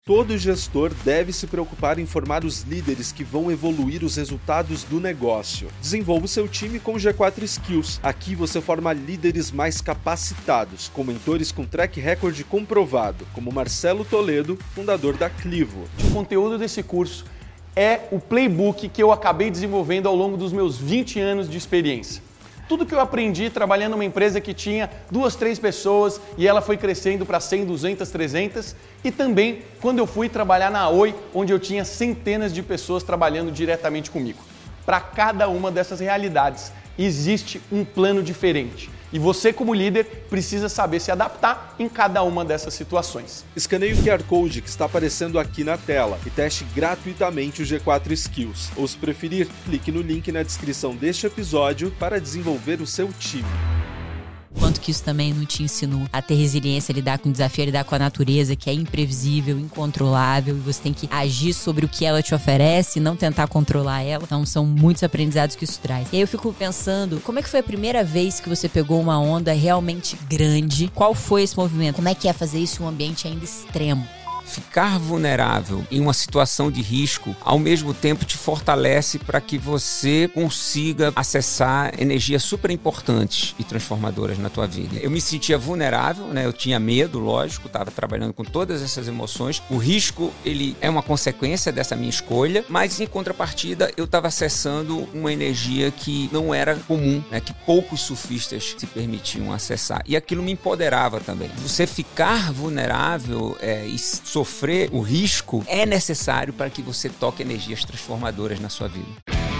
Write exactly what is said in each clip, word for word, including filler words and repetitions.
Todo gestor deve se preocupar em formar os líderes que vão evoluir os resultados do negócio. Desenvolva o seu time com G quatro Skills. Aqui você forma líderes mais capacitados, com mentores com track record comprovado, como Marcelo Toledo, fundador da Clivo. O conteúdo desse curso é o playbook que eu acabei desenvolvendo ao longo dos meus vinte anos de experiência. Tudo que eu aprendi trabalhando numa empresa que tinha duas, três pessoas e ela foi crescendo para cem, duzentas, trezentas, e também quando eu fui trabalhar na Oi, onde eu tinha centenas de pessoas trabalhando diretamente comigo. Para cada uma dessas realidades existe um plano diferente e você, como líder, precisa saber se adaptar em cada uma dessas situações. Escaneie o Q R Code que está aparecendo aqui na tela e teste gratuitamente o G quatro Skills. Ou, se preferir, clique no link na descrição deste episódio para desenvolver o seu time. Quanto que isso também não te ensinou a ter resiliência, a lidar com o desafio, a lidar com a natureza, que é imprevisível, incontrolável, e você tem que agir sobre o que ela te oferece e não tentar controlar ela. Então são muitos aprendizados que isso traz. E aí eu fico pensando, como é que foi a primeira vez que você pegou uma onda realmente grande? Qual foi esse movimento? Como é que é fazer isso em um ambiente ainda extremo? Ficar vulnerável em uma situação de risco, ao mesmo tempo te fortalece para que você consiga acessar energias super importantes e transformadoras na tua vida. Eu me sentia vulnerável, né? Eu tinha medo, lógico, estava trabalhando com todas essas emoções. O risco, ele é uma consequência dessa minha escolha, mas em contrapartida eu estava acessando uma energia que não era comum, né? Que poucos surfistas se permitiam acessar. E aquilo me empoderava também. Você ficar vulnerável é, e sofrer o risco é necessário para que você toque energias transformadoras na sua vida.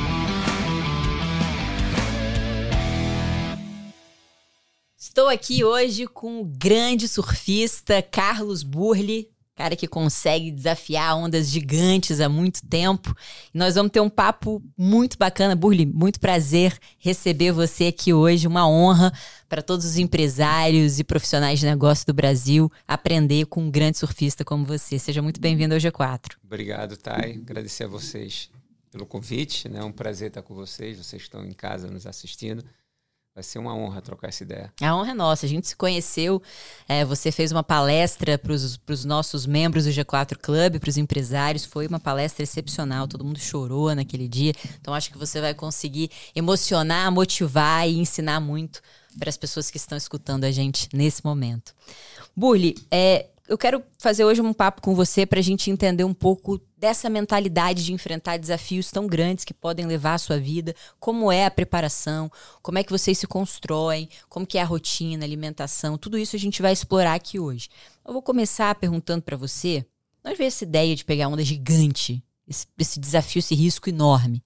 Estou aqui hoje com o grande surfista Carlos Burle, cara que consegue desafiar ondas gigantes há muito tempo. E nós vamos ter um papo muito bacana. Burle, muito prazer receber você aqui hoje, uma honra para todos os empresários e profissionais de negócio do Brasil aprender com um grande surfista como você. Seja muito bem-vindo ao G quatro. Obrigado, Thay. Agradecer a vocês pelo convite, né? É um prazer estar com vocês. Vocês estão em casa nos assistindo. Vai ser uma honra trocar essa ideia. A honra é nossa. A gente se conheceu, é, você fez uma palestra para os nossos membros do G quatro Club, para os empresários. Foi uma palestra excepcional, todo mundo chorou naquele dia. Então acho que você vai conseguir emocionar, motivar e ensinar muito para as pessoas que estão escutando a gente nesse momento. Burle, é, eu quero fazer hoje um papo com você para a gente entender um pouco dessa mentalidade de enfrentar desafios tão grandes que podem levar a sua vida, como é a preparação, como é que vocês se constroem, como que é a rotina, a alimentação, tudo isso a gente vai explorar aqui hoje. Eu vou começar perguntando para você, nós vemos essa ideia de pegar onda gigante, esse, esse desafio, esse risco enorme?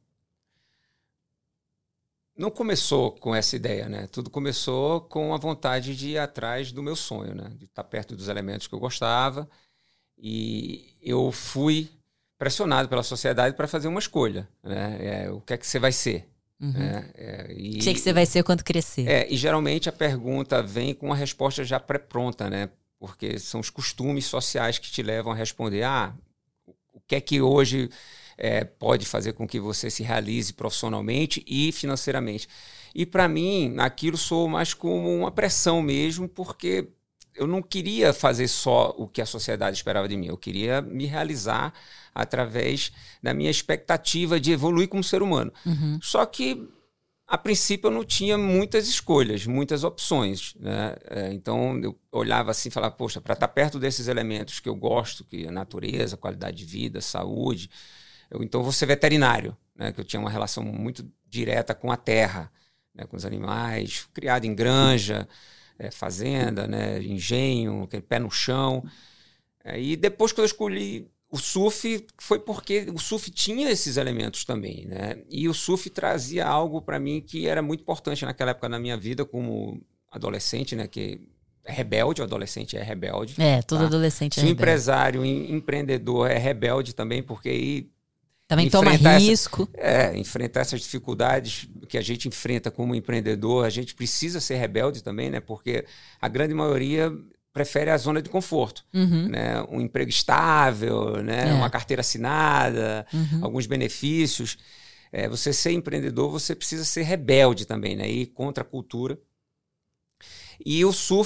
Não começou com essa ideia, né? Tudo começou com a vontade de ir atrás do meu sonho, né? De estar perto dos elementos que eu gostava. E eu fui pressionado pela sociedade para fazer uma escolha, né? É, o que é que você vai ser? Uhum. Né? É, e, o que é que você vai ser quando crescer? É, e geralmente a pergunta vem com uma resposta já pré-pronta, né? Porque são os costumes sociais que te levam a responder: ah, o que é que hoje é, pode fazer com que você se realize profissionalmente e financeiramente? E para mim, aquilo soou mais como uma pressão mesmo, porque eu não queria fazer só o que a sociedade esperava de mim. Eu queria me realizar através da minha expectativa de evoluir como ser humano. Uhum. Só que, a princípio, eu não tinha muitas escolhas, muitas opções, né? Então, eu olhava assim e falava, poxa, para estar perto desses elementos que eu gosto, que é a natureza, qualidade de vida, saúde, eu então vou ser veterinário, né? Que eu tinha uma relação muito direta com a terra, né? Com os animais, criado em granja, É, fazenda, né, engenho, aquele pé no chão. É, e depois que eu escolhi o surf, foi porque o surf tinha esses elementos também, né? E o surf trazia algo para mim que era muito importante naquela época na minha vida como adolescente, né? Que é rebelde, o adolescente é rebelde. É, todo tá? adolescente é Se o rebelde. empresário, empreendedor é rebelde também, porque aí também toma risco. Essa, é, enfrentar essas dificuldades que a gente enfrenta como empreendedor, a gente precisa ser rebelde também, né? Porque a grande maioria prefere a zona de conforto. Uhum. Né? Um emprego estável, né? É. Uma carteira assinada, uhum. alguns benefícios. É, você ser empreendedor, você precisa ser rebelde também, né? Ir contra a cultura. E o surf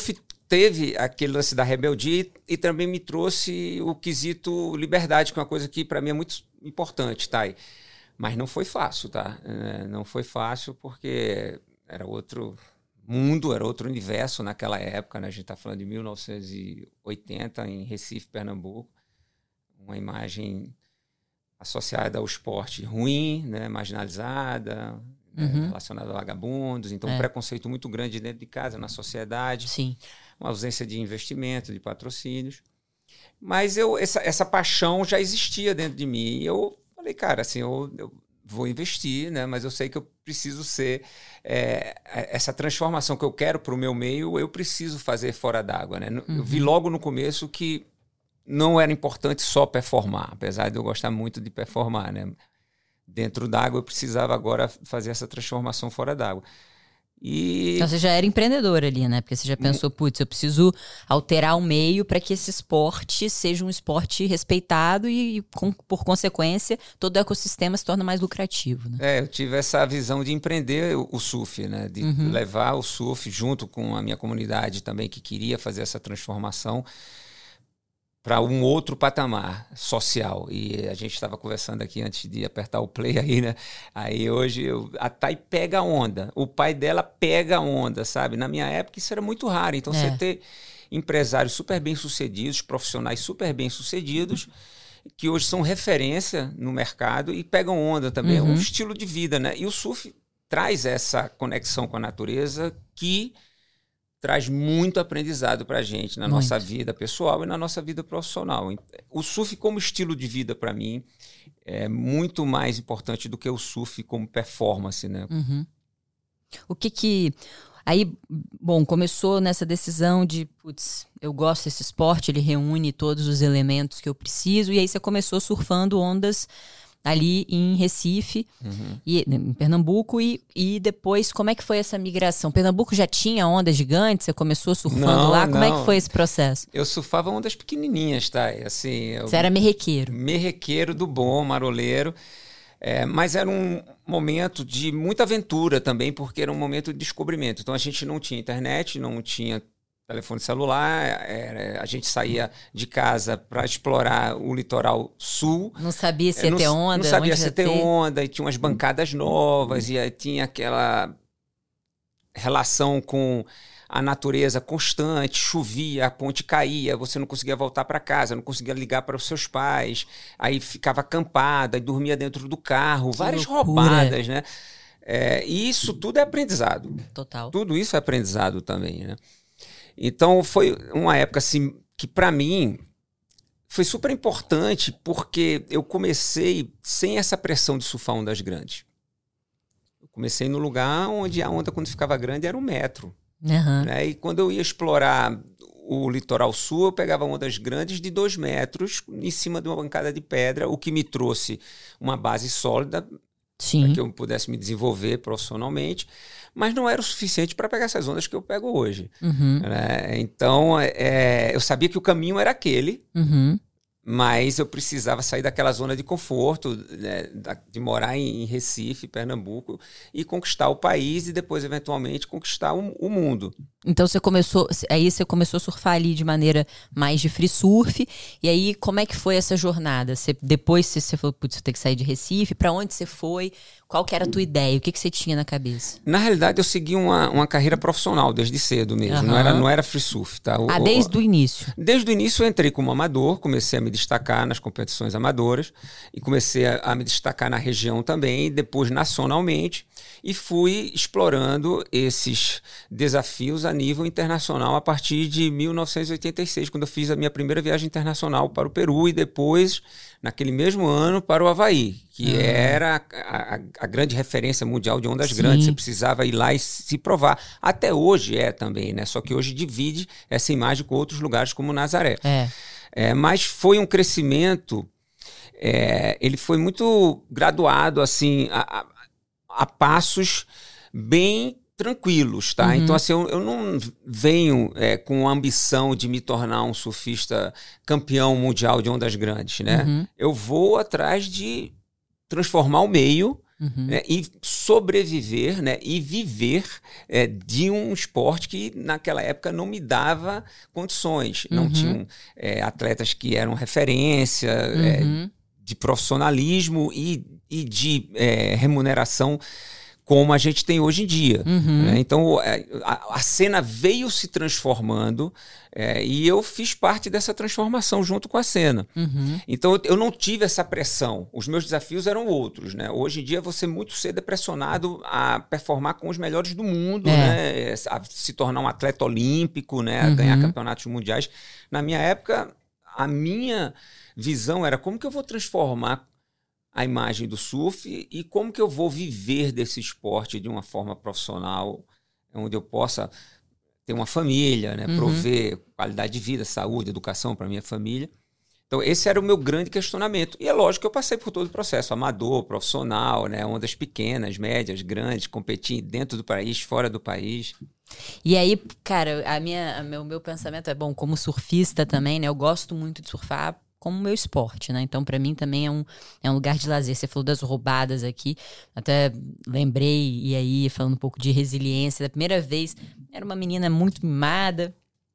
teve aquele lance da rebeldia e, e também me trouxe o quesito liberdade, que é uma coisa que para mim é muito importante, tá? Mas não foi fácil, tá? É, não foi fácil porque era outro mundo, era outro universo naquela época, né? A gente está falando de mil novecentos e oitenta, em Recife, Pernambuco. Uma imagem associada ao esporte ruim, né? Marginalizada, uhum. né? Relacionada a vagabundos. Então, é. um preconceito muito grande dentro de casa, na sociedade. Sim. Uma ausência de investimento, de patrocínios. Mas eu, essa, essa paixão já existia dentro de mim. E eu falei, cara, assim, eu, eu vou investir, né? Mas eu sei que eu preciso ser... É, essa transformação que eu quero para o meu meio, eu preciso fazer fora d'água, né? Uhum. Eu vi logo no começo que não era importante só performar, apesar de eu gostar muito de performar, né? Dentro d'água eu precisava agora fazer essa transformação fora d'água. E... Então você já era empreendedor ali, né? Porque você já pensou, putz, eu preciso alterar o meio para que esse esporte seja um esporte respeitado e, com, por consequência, todo o ecossistema se torna mais lucrativo, né? É, eu tive essa visão de empreender o, o surf, né? De uhum. levar o surf junto com a minha comunidade também, que queria fazer essa transformação para um outro patamar social. E a gente estava conversando aqui antes de apertar o play aí, né? Aí hoje eu, a Thay pega a onda. O pai dela pega a onda, sabe? Na minha época isso era muito raro. Então é. você ter empresários super bem-sucedidos, profissionais super bem-sucedidos, que hoje são referência no mercado e pegam onda também. Uhum. É um estilo de vida, né? E o surf traz essa conexão com a natureza que traz muito aprendizado para a gente na muito. nossa vida pessoal e na nossa vida profissional. O surf como estilo de vida, para mim, é muito mais importante do que o surf como performance, né? Uhum. O que que... Aí, bom, começou nessa decisão de, putz, eu gosto desse esporte, ele reúne todos os elementos que eu preciso, e aí você começou surfando ondas ali em Recife, uhum. e, em Pernambuco, e, e depois, como é que foi essa migração? Pernambuco já tinha ondas gigantes? Você começou surfando não, lá? Como não. é que foi esse processo? Eu surfava ondas pequenininhas, tá? Assim, eu, Você era merrequeiro? Merrequeiro do bom, maroleiro. É, mas era um momento de muita aventura também, porque era um momento de descobrimento. Então a gente não tinha internet, não tinha telefone celular, era, a gente saía de casa para explorar o litoral sul. Não sabia se ia ter onda. Não sabia se ia ter onda, e tinha umas bancadas novas, e aí tinha aquela relação com a natureza constante, chovia, a ponte caía, você não conseguia voltar para casa, não conseguia ligar para os seus pais, aí ficava acampada, e dormia dentro do carro, que várias loucura. roubadas, né? É, e isso tudo é aprendizado. Total. Tudo isso é aprendizado também, né? Então foi uma época assim que para mim foi super importante, porque eu comecei sem essa pressão de surfar ondas grandes. Eu comecei no lugar onde a onda, quando ficava grande, era um metro. Uhum. Né? E quando eu ia explorar o litoral sul, eu pegava ondas grandes de dois metros em cima de uma bancada de pedra, o que me trouxe uma base sólida para que eu pudesse me desenvolver profissionalmente, mas não era o suficiente para pegar essas ondas que eu pego hoje. Uhum. Né? Então, é, eu sabia que o caminho era aquele, uhum. mas eu precisava sair daquela zona de conforto, né, de morar em Recife, Pernambuco, e conquistar o país e depois, eventualmente, conquistar o, o mundo. Então você começou, aí você começou a surfar ali de maneira mais de free surf, e aí como é que foi essa jornada? Você, depois você, você falou, putz, você tem que sair de Recife, para onde você foi? Qual que era a tua ideia? O que, que você tinha na cabeça? Na realidade, eu segui uma, uma carreira profissional desde cedo mesmo, uhum. não, era, não era free surf. Tá? O, ah, desde o início? Desde o início eu entrei como amador, comecei a me destacar nas competições amadoras, e comecei a, a me destacar na região também, e depois nacionalmente, e fui explorando esses desafios a nível internacional a partir de mil novecentos e oitenta e seis, quando eu fiz a minha primeira viagem internacional para o Peru e depois, naquele mesmo ano, para o Havaí, que uhum. era a, a, a grande referência mundial de ondas Sim. grandes. Você precisava ir lá e se provar. Até hoje é também, né? Só que hoje divide essa imagem com outros lugares como Nazaré. É. É, mas foi um crescimento, é, ele foi muito graduado, assim, a, a, a passos bem tranquilos, tá? Uhum. Então, assim, eu, eu não venho é, com a ambição de me tornar um surfista campeão mundial de ondas grandes, né? Uhum. Eu vou atrás de transformar o meio uhum. né, e sobreviver, né, e viver é, de um esporte que naquela época não me dava condições. Não uhum. tinham é, atletas que eram referência uhum. é, de profissionalismo e, e de é, remuneração como a gente tem hoje em dia. Uhum. Né? Então, a, a cena veio se transformando é, e eu fiz parte dessa transformação junto com a cena. Uhum. Então, eu, eu não tive essa pressão. Os meus desafios eram outros. Né? Hoje em dia, você muito cedo é pressionado a performar com os melhores do mundo, é. né? A se tornar um atleta olímpico, né? A uhum. ganhar campeonatos mundiais. Na minha época, a minha visão era como que eu vou transformar a imagem do surf e como que eu vou viver desse esporte de uma forma profissional, onde eu possa ter uma família, né? Uhum. Prover qualidade de vida, saúde, educação para minha família. Então, esse era o meu grande questionamento. E é lógico que eu passei por todo o processo, amador, profissional, né? Ondas pequenas, médias, grandes, competir dentro do país, fora do país. E aí, cara, a minha, a meu, meu pensamento é, bom, como surfista também, né? Eu gosto muito de surfar como meu esporte, né? Então, para mim também é um, é um lugar de lazer. Você falou das roubadas aqui, até lembrei, e aí, falando um pouco de resiliência, da primeira vez, era uma menina muito mimada,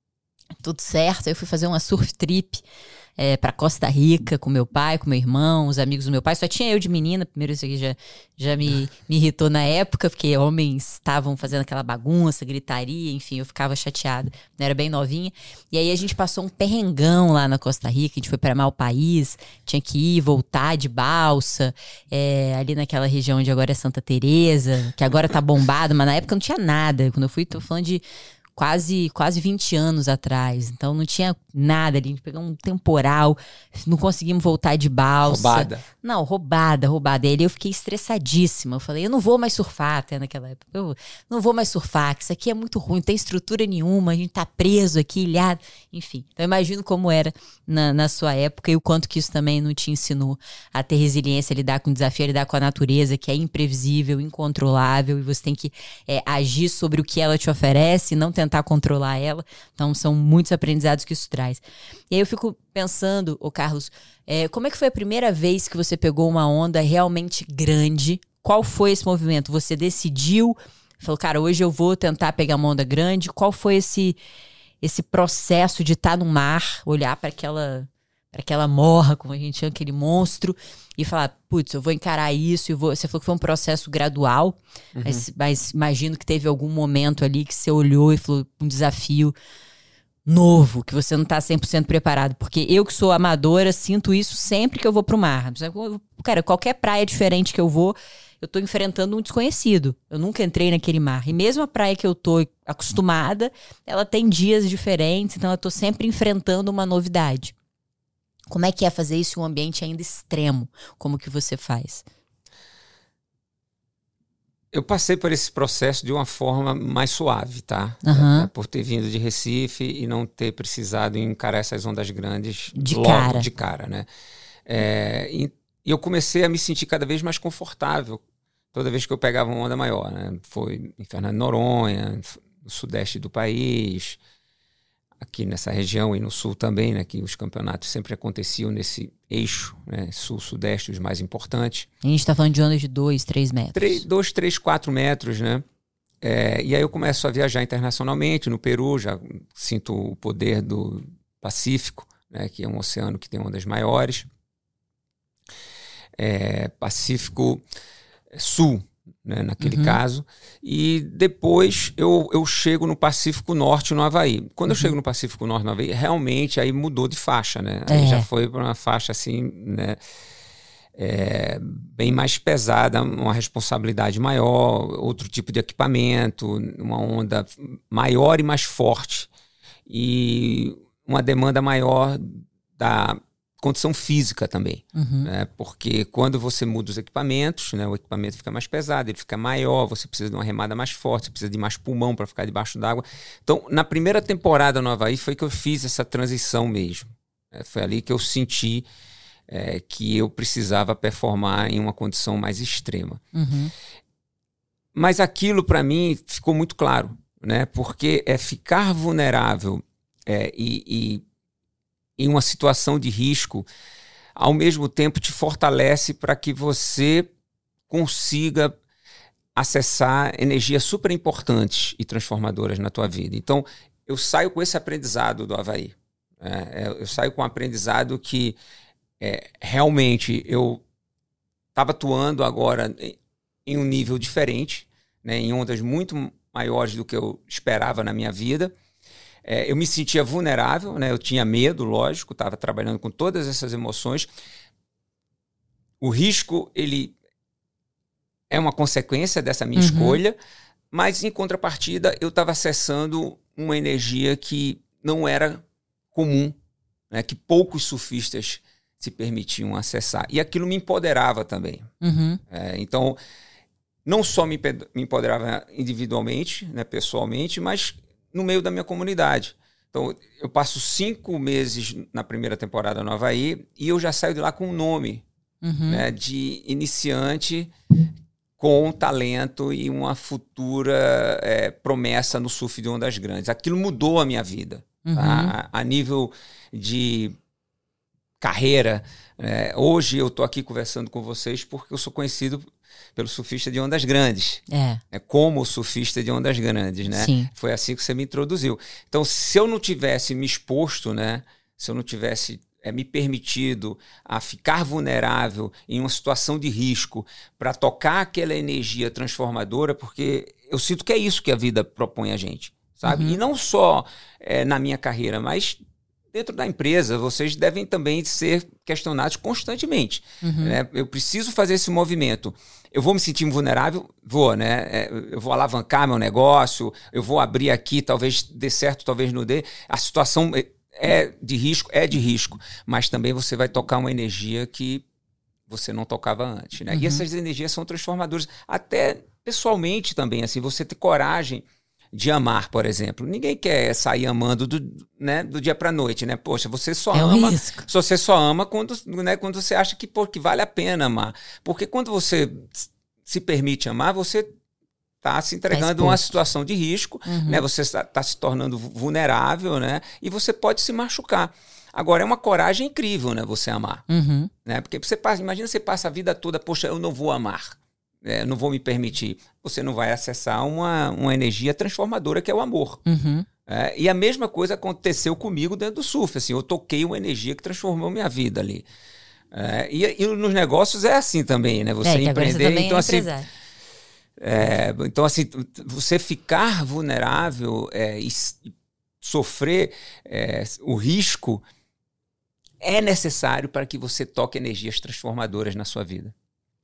tudo certo, aí eu fui fazer uma surf trip é, para Costa Rica com meu pai, com meu irmão, os amigos do meu pai, só tinha eu de menina. Primeiro isso aqui já, já me, me irritou na época, porque homens estavam fazendo aquela bagunça, gritaria, enfim, eu ficava chateada, eu era bem novinha. E aí a gente passou um perrengão lá na Costa Rica, a gente foi para Malpaís, tinha que ir, voltar de balsa, é, ali naquela região onde agora é Santa Teresa, que agora tá bombado, mas na época não tinha nada. Quando eu fui, tô falando de Quase, quase vinte anos atrás. Então não tinha nada ali. A gente pegou um temporal, não conseguimos voltar de balsa. Roubada. Não, roubada, roubada. E aí eu fiquei estressadíssima. Eu falei, eu não vou mais surfar até naquela época. Eu não vou mais surfar, que isso aqui é muito ruim, não tem estrutura nenhuma, a gente tá preso aqui, ilhado. Enfim, então eu imagino como era na, na sua época e o quanto que isso também não te ensinou a ter resiliência, a lidar com o desafio, a lidar com a natureza, que é imprevisível, incontrolável, e você tem que é, agir sobre o que ela te oferece e não tentar controlar ela. Então são muitos aprendizados que isso traz. E aí eu fico pensando, ô Carlos, é, como é que foi a primeira vez que você pegou uma onda realmente grande? Qual foi esse movimento? Você decidiu, falou, cara, hoje eu vou tentar pegar uma onda grande. Qual foi esse, esse processo de estar no mar, olhar para aquela, para aquela morra, como a gente chama, aquele monstro, e falar, putz, eu vou encarar isso. Eu vou... Você falou que foi um processo gradual, uhum. mas, mas imagino que teve algum momento ali que você olhou e falou, um desafio novo, que você não está cem por cento preparado. Porque eu que sou amadora, sinto isso sempre que eu vou pro mar. Cara, qualquer praia diferente que eu vou, eu tô enfrentando um desconhecido. Eu nunca entrei naquele mar. E mesmo a praia que eu tô acostumada, ela tem dias diferentes, então eu tô sempre enfrentando uma novidade. Como é que é fazer isso em um ambiente ainda extremo? Como que você faz? Eu passei por esse processo de uma forma mais suave, tá? Uhum. É, por ter vindo de Recife e não ter precisado encarar essas ondas grandes de logo cara. de cara, né? É, e eu comecei a me sentir cada vez mais confortável toda vez que eu pegava uma onda maior, né? Foi em Fernando de Noronha, no sudeste do país, aqui nessa região e no sul também, né? Que os campeonatos sempre aconteciam nesse eixo, né? Sul-sudeste, os mais importantes. A gente tá falando de ondas de dois, três metros. dois, três, quatro metros, né? É, e aí eu começo a viajar internacionalmente, no Peru, já sinto o poder do Pacífico, né? Que é um oceano que tem ondas maiores. É, Pacífico Sul, né, naquele uhum. caso, e depois eu, eu chego no Pacífico Norte, no Havaí. Quando uhum. eu chego no Pacífico Norte, no Havaí, realmente aí mudou de faixa, né? É. Aí já foi para uma faixa assim, né, é, bem mais pesada, uma responsabilidade maior, outro tipo de equipamento, uma onda maior e mais forte, e uma demanda maior da condição física também, uhum. né? Porque quando você muda os equipamentos, né, o equipamento fica mais pesado, ele fica maior, você precisa de uma remada mais forte, você precisa de mais pulmão para ficar debaixo d'água. Então, na primeira temporada no Havaí foi que eu fiz essa transição mesmo. É, foi ali que eu senti é, que eu precisava performar em uma condição mais extrema. Uhum. Mas aquilo para mim ficou muito claro, né? Porque é ficar vulnerável é, e, e em uma situação de risco, ao mesmo tempo te fortalece para que você consiga acessar energias super importantes e transformadoras na tua vida. Então, eu saio com esse aprendizado do Havaí. É, eu saio com um aprendizado que é, realmente eu estava atuando agora em, em um nível diferente, né, em ondas muito maiores do que eu esperava na minha vida. É, eu me sentia vulnerável, né, eu tinha medo, lógico, estava trabalhando com todas essas emoções. O risco, ele é uma consequência dessa minha uhum. escolha, mas, em contrapartida, eu estava acessando uma energia que não era comum, né, que poucos surfistas se permitiam acessar. E aquilo me empoderava também. Uhum. É, então, não só me, me empoderava individualmente, né, pessoalmente, mas no meio da minha comunidade. Então, eu passo cinco meses na primeira temporada no Havaí e eu já saio de lá com um nome uhum. né, de iniciante com talento e uma futura é, promessa no surf de ondas grandes. Aquilo mudou a minha vida. Uhum. Tá? A, a nível de carreira. É, hoje eu estou aqui conversando com vocês porque eu sou conhecido pelo surfista de ondas grandes. É. É, como surfista de ondas grandes, né? Sim. Foi assim que você me introduziu. Então, se eu não tivesse me exposto, né? Se eu não tivesse é, me permitido a ficar vulnerável em uma situação de risco para tocar aquela energia transformadora, porque eu sinto que é isso que a vida propõe a gente, sabe? Uhum. E não só é, na minha carreira, mas dentro da empresa, vocês devem também ser questionados constantemente. Uhum. Né? Eu preciso fazer esse movimento. Eu vou me sentir vulnerável? Vou, né? Eu vou alavancar meu negócio, eu vou abrir aqui, talvez dê certo, talvez não dê. A situação é de risco, é de risco, mas também você vai tocar uma energia que você não tocava antes, né? Uhum. E essas energias são transformadoras, até pessoalmente também, assim, você ter coragem de amar, por exemplo. Ninguém quer sair amando do, né, do dia para a noite, né? Poxa, você só é ama, um você só ama quando, né, quando você acha que, pô, que vale a pena amar. Porque quando você se permite amar, você está se entregando a uma situação de risco, uhum. né? Você está tá se tornando vulnerável, né? E você pode se machucar. Agora, é uma coragem incrível, né? Você amar. Uhum. Né? Porque você passa, imagina você passa a vida toda, poxa, eu não vou amar. É, não vou me permitir. Você não vai acessar uma, uma energia transformadora que é o amor. Uhum. É, e a mesma coisa aconteceu comigo dentro do surf. Assim, eu toquei uma energia que transformou minha vida ali. É, e, e nos negócios é assim também, né? Você é, empreender. Você então, é assim, é, então, assim, você ficar vulnerável é, e sofrer é, o risco é necessário para que você toque energias transformadoras na sua vida.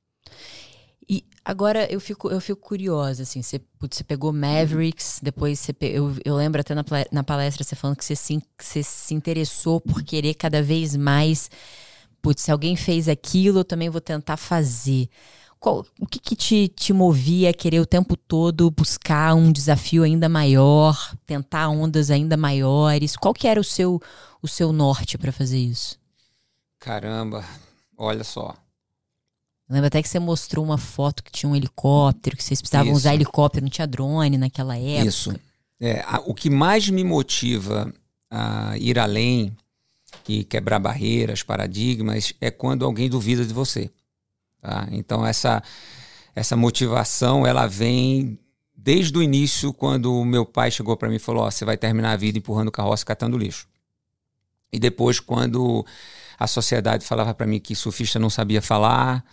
E agora eu fico, eu fico curiosa, assim, você, putz, você pegou Mavericks, depois você pe... eu, eu lembro até na, na palestra você falando que você se, que você se interessou por querer cada vez mais, putz, se alguém fez aquilo, eu também vou tentar fazer. Qual, o que, que te, te movia a querer o tempo todo buscar um desafio ainda maior, tentar ondas ainda maiores? Qual que era o seu, o seu norte para fazer isso? Caramba, olha só. Lembra até que você mostrou uma foto que tinha um helicóptero, que vocês precisavam Isso. usar helicóptero, não tinha drone naquela época. Isso. É, a, o que mais me motiva a ir além e quebrar barreiras, paradigmas, é quando alguém duvida de você. Tá? Então, essa, essa motivação, ela vem desde o início, quando o meu pai chegou para mim e falou, ó, você vai terminar a vida empurrando carroça, catando lixo. E depois, quando a sociedade falava para mim que surfista não sabia falar,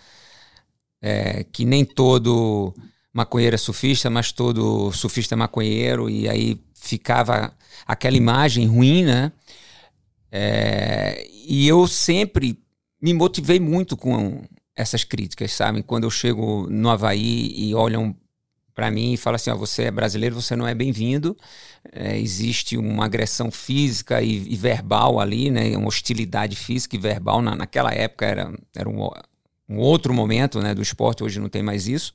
é, que nem todo maconheiro é surfista, mas todo surfista é maconheiro, e aí ficava aquela imagem ruim, né? É, e eu sempre me motivei muito com essas críticas, sabe? Quando eu chego no Havaí e olham para mim e falam assim, ó, você é brasileiro, você não é bem-vindo, é, existe uma agressão física e, e verbal ali, né? Uma hostilidade física e verbal, na, naquela época era, era um, um outro momento, né, do esporte, hoje não tem mais isso.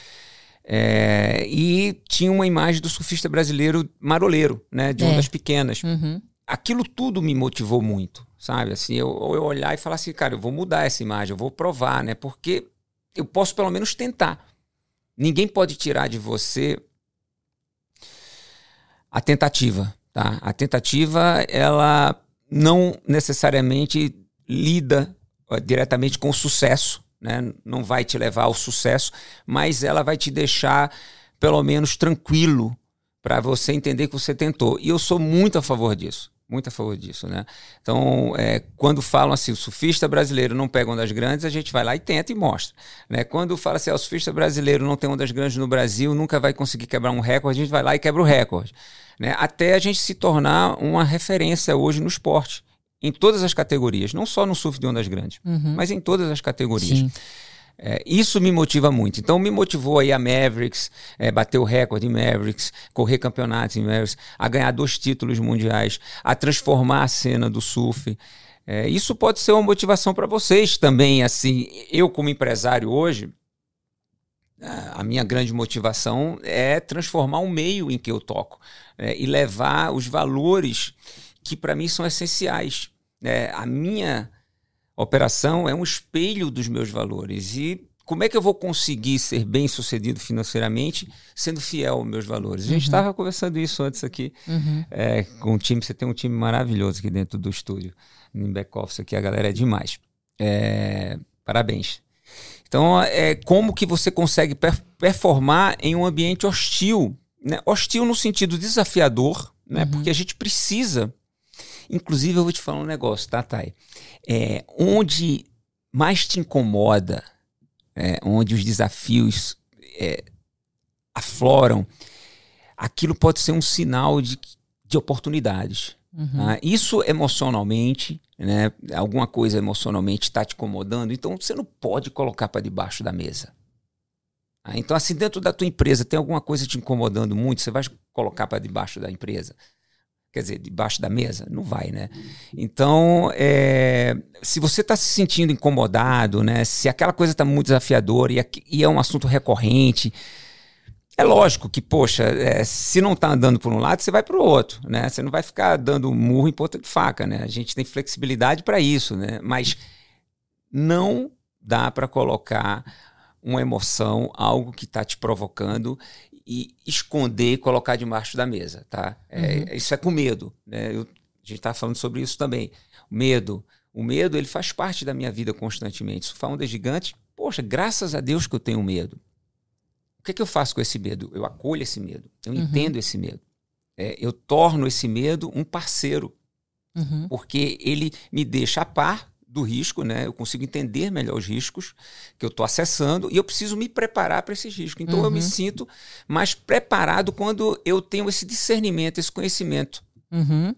É, e tinha uma imagem do surfista brasileiro maroleiro, né, de ondas é. pequenas. Uhum. Aquilo tudo me motivou muito, sabe? Assim, eu, eu olhar e falar assim, cara, eu vou mudar essa imagem, eu vou provar, né? Porque eu posso pelo menos tentar. Ninguém pode tirar de você a tentativa, tá? A tentativa, ela não necessariamente lida uh, diretamente com o sucesso, né? Não vai te levar ao sucesso, mas ela vai te deixar pelo menos tranquilo para você entender que você tentou. E eu sou muito a favor disso. Muito a favor disso, né? Então, é, quando falam assim, o surfista brasileiro não pega ondas grandes, a gente vai lá e tenta e mostra, né? Quando fala assim, ah, o surfista brasileiro não tem ondas grandes no Brasil, nunca vai conseguir quebrar um recorde, a gente vai lá e quebra o recorde, né? Até a gente se tornar uma referência hoje no esporte, em todas as categorias, não só no surf de ondas grandes, uhum. mas em todas as categorias. Sim. É, isso me motiva muito. Então me motivou aí a Mavericks, é, bater o recorde em Mavericks, correr campeonatos em Mavericks, a ganhar dois títulos mundiais, a transformar a cena do surf. É, isso pode ser uma motivação para vocês também. Assim, eu como empresário hoje, a minha grande motivação é transformar o meio em que eu toco, é, e levar os valores que para mim são essenciais. É, a minha operação é um espelho dos meus valores. E como é que eu vou conseguir ser bem sucedido financeiramente sendo fiel aos meus valores? A gente estava uhum. conversando isso antes aqui uhum. é, com o time. Você tem um time maravilhoso aqui dentro do estúdio, no back-office aqui, a galera é demais. É, parabéns. Então, é, como que você consegue per- performar em um ambiente hostil? Né? Hostil no sentido desafiador, né? Uhum. Porque a gente precisa... Inclusive, eu vou te falar um negócio, tá, Thay? É, onde mais te incomoda, é, onde os desafios é, afloram, aquilo pode ser um sinal de, de oportunidades. Uhum. Tá? Isso emocionalmente, né, alguma coisa emocionalmente está te incomodando, então você não pode colocar para debaixo da mesa. Tá? Então, assim, dentro da tua empresa, tem alguma coisa te incomodando muito, você vai colocar para debaixo da empresa? Quer dizer, debaixo da mesa? Não vai, né? Então, é, se você está se sentindo incomodado, né? Se aquela coisa está muito desafiadora e, e é um assunto recorrente, é lógico que, poxa, é, se não está andando por um lado, você vai para o outro, né? Você não vai ficar dando murro em ponta de faca, né? A gente tem flexibilidade para isso, né? Mas não dá para colocar uma emoção, algo que está te provocando, e esconder e colocar debaixo da mesa, tá? É, uhum. Isso é com medo, né? Eu, a gente tá falando sobre isso também. O medo, o medo, ele faz parte da minha vida constantemente. Surfar onda gigante, poxa, graças a Deus que eu tenho medo. O que é que eu faço com esse medo? Eu acolho esse medo, eu uhum. entendo esse medo. É, eu torno esse medo um parceiro, uhum. porque ele me deixa a par do risco, né? Eu consigo entender melhor os riscos que eu estou acessando e eu preciso me preparar para esses riscos. Então, uhum. eu me sinto mais preparado quando eu tenho esse discernimento, esse conhecimento. Uhum.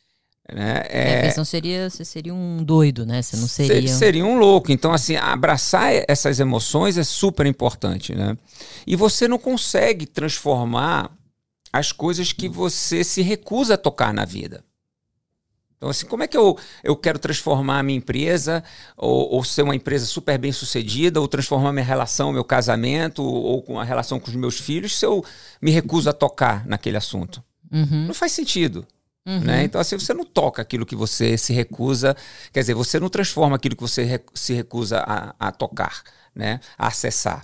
Né? É, a questão seria, você seria um doido, né? Você não seria... Ser, seria um louco. Então, assim, abraçar essas emoções é super importante, né? E você não consegue transformar as coisas que você se recusa a tocar na vida. Então, assim, como é que eu, eu quero transformar a minha empresa, ou, ou ser uma empresa super bem sucedida, ou transformar minha relação, meu casamento, ou, ou com a relação com os meus filhos, se eu me recuso a tocar naquele assunto? Uhum. Não faz sentido. Uhum. Né? Então, assim, você não toca aquilo que você se recusa, quer dizer, você não transforma aquilo que você rec- se recusa a, a tocar, né? A acessar.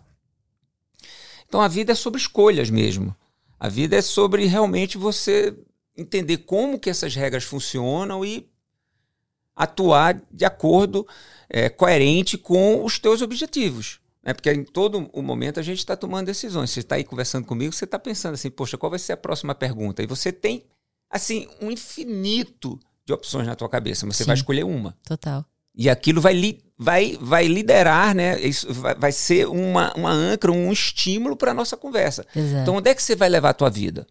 Então, a vida é sobre escolhas mesmo. A vida é sobre realmente você... entender como que essas regras funcionam e atuar de acordo, é, coerente com os teus objetivos. Né? Porque em todo o momento a gente está tomando decisões. Você está aí conversando comigo, você está pensando assim, poxa, qual vai ser a próxima pergunta? E você tem, assim, um infinito de opções na tua cabeça, mas você Sim. vai escolher uma. Total. E aquilo vai, li, vai, vai liderar, né? Isso vai, vai ser uma, uma âncora, um estímulo para a nossa conversa. Exato. Então, onde é que você vai levar a tua vida?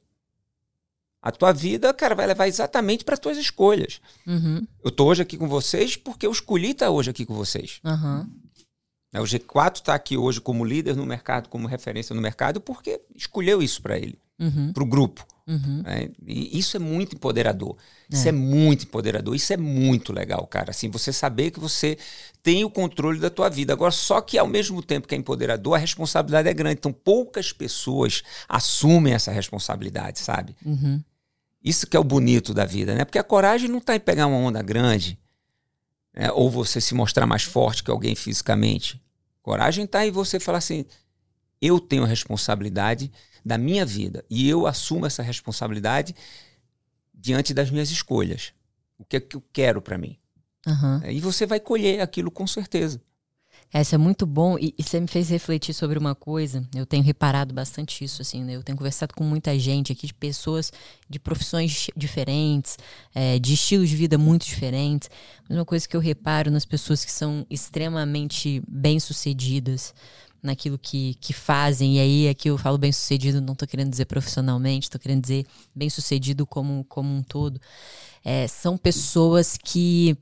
A tua vida, cara, vai levar exatamente para as tuas escolhas. Uhum. Eu estou hoje aqui com vocês porque eu escolhi estar hoje aqui com vocês. Uhum. O G quatro está aqui hoje como líder no mercado, como referência no mercado, porque escolheu isso para ele, uhum. para o grupo. Uhum. Né? E isso é muito empoderador. É. Isso é muito empoderador. Isso é muito legal, cara. Assim, você saber que você tem o controle da tua vida. Agora, só que ao mesmo tempo que é empoderador, a responsabilidade é grande. Então, poucas pessoas assumem essa responsabilidade, sabe? Uhum. Isso que é o bonito da vida, né? Porque a coragem não está em pegar uma onda grande, né? Ou você se mostrar mais forte que alguém fisicamente. Coragem está em você falar assim, eu tenho a responsabilidade da minha vida e eu assumo essa responsabilidade diante das minhas escolhas. O que é que eu quero para mim? Uhum. E você vai colher aquilo com certeza. É, isso é muito bom e, e você me fez refletir sobre uma coisa. Eu tenho reparado bastante isso, assim, né? Eu tenho conversado com muita gente aqui, de pessoas de profissões diferentes, é, de estilos de vida muito diferentes. Mas uma coisa que eu reparo nas pessoas que são extremamente bem-sucedidas naquilo que, que fazem, e aí aqui eu falo bem-sucedido, não estou querendo dizer profissionalmente, estou querendo dizer bem-sucedido como, como um todo, é, são pessoas que,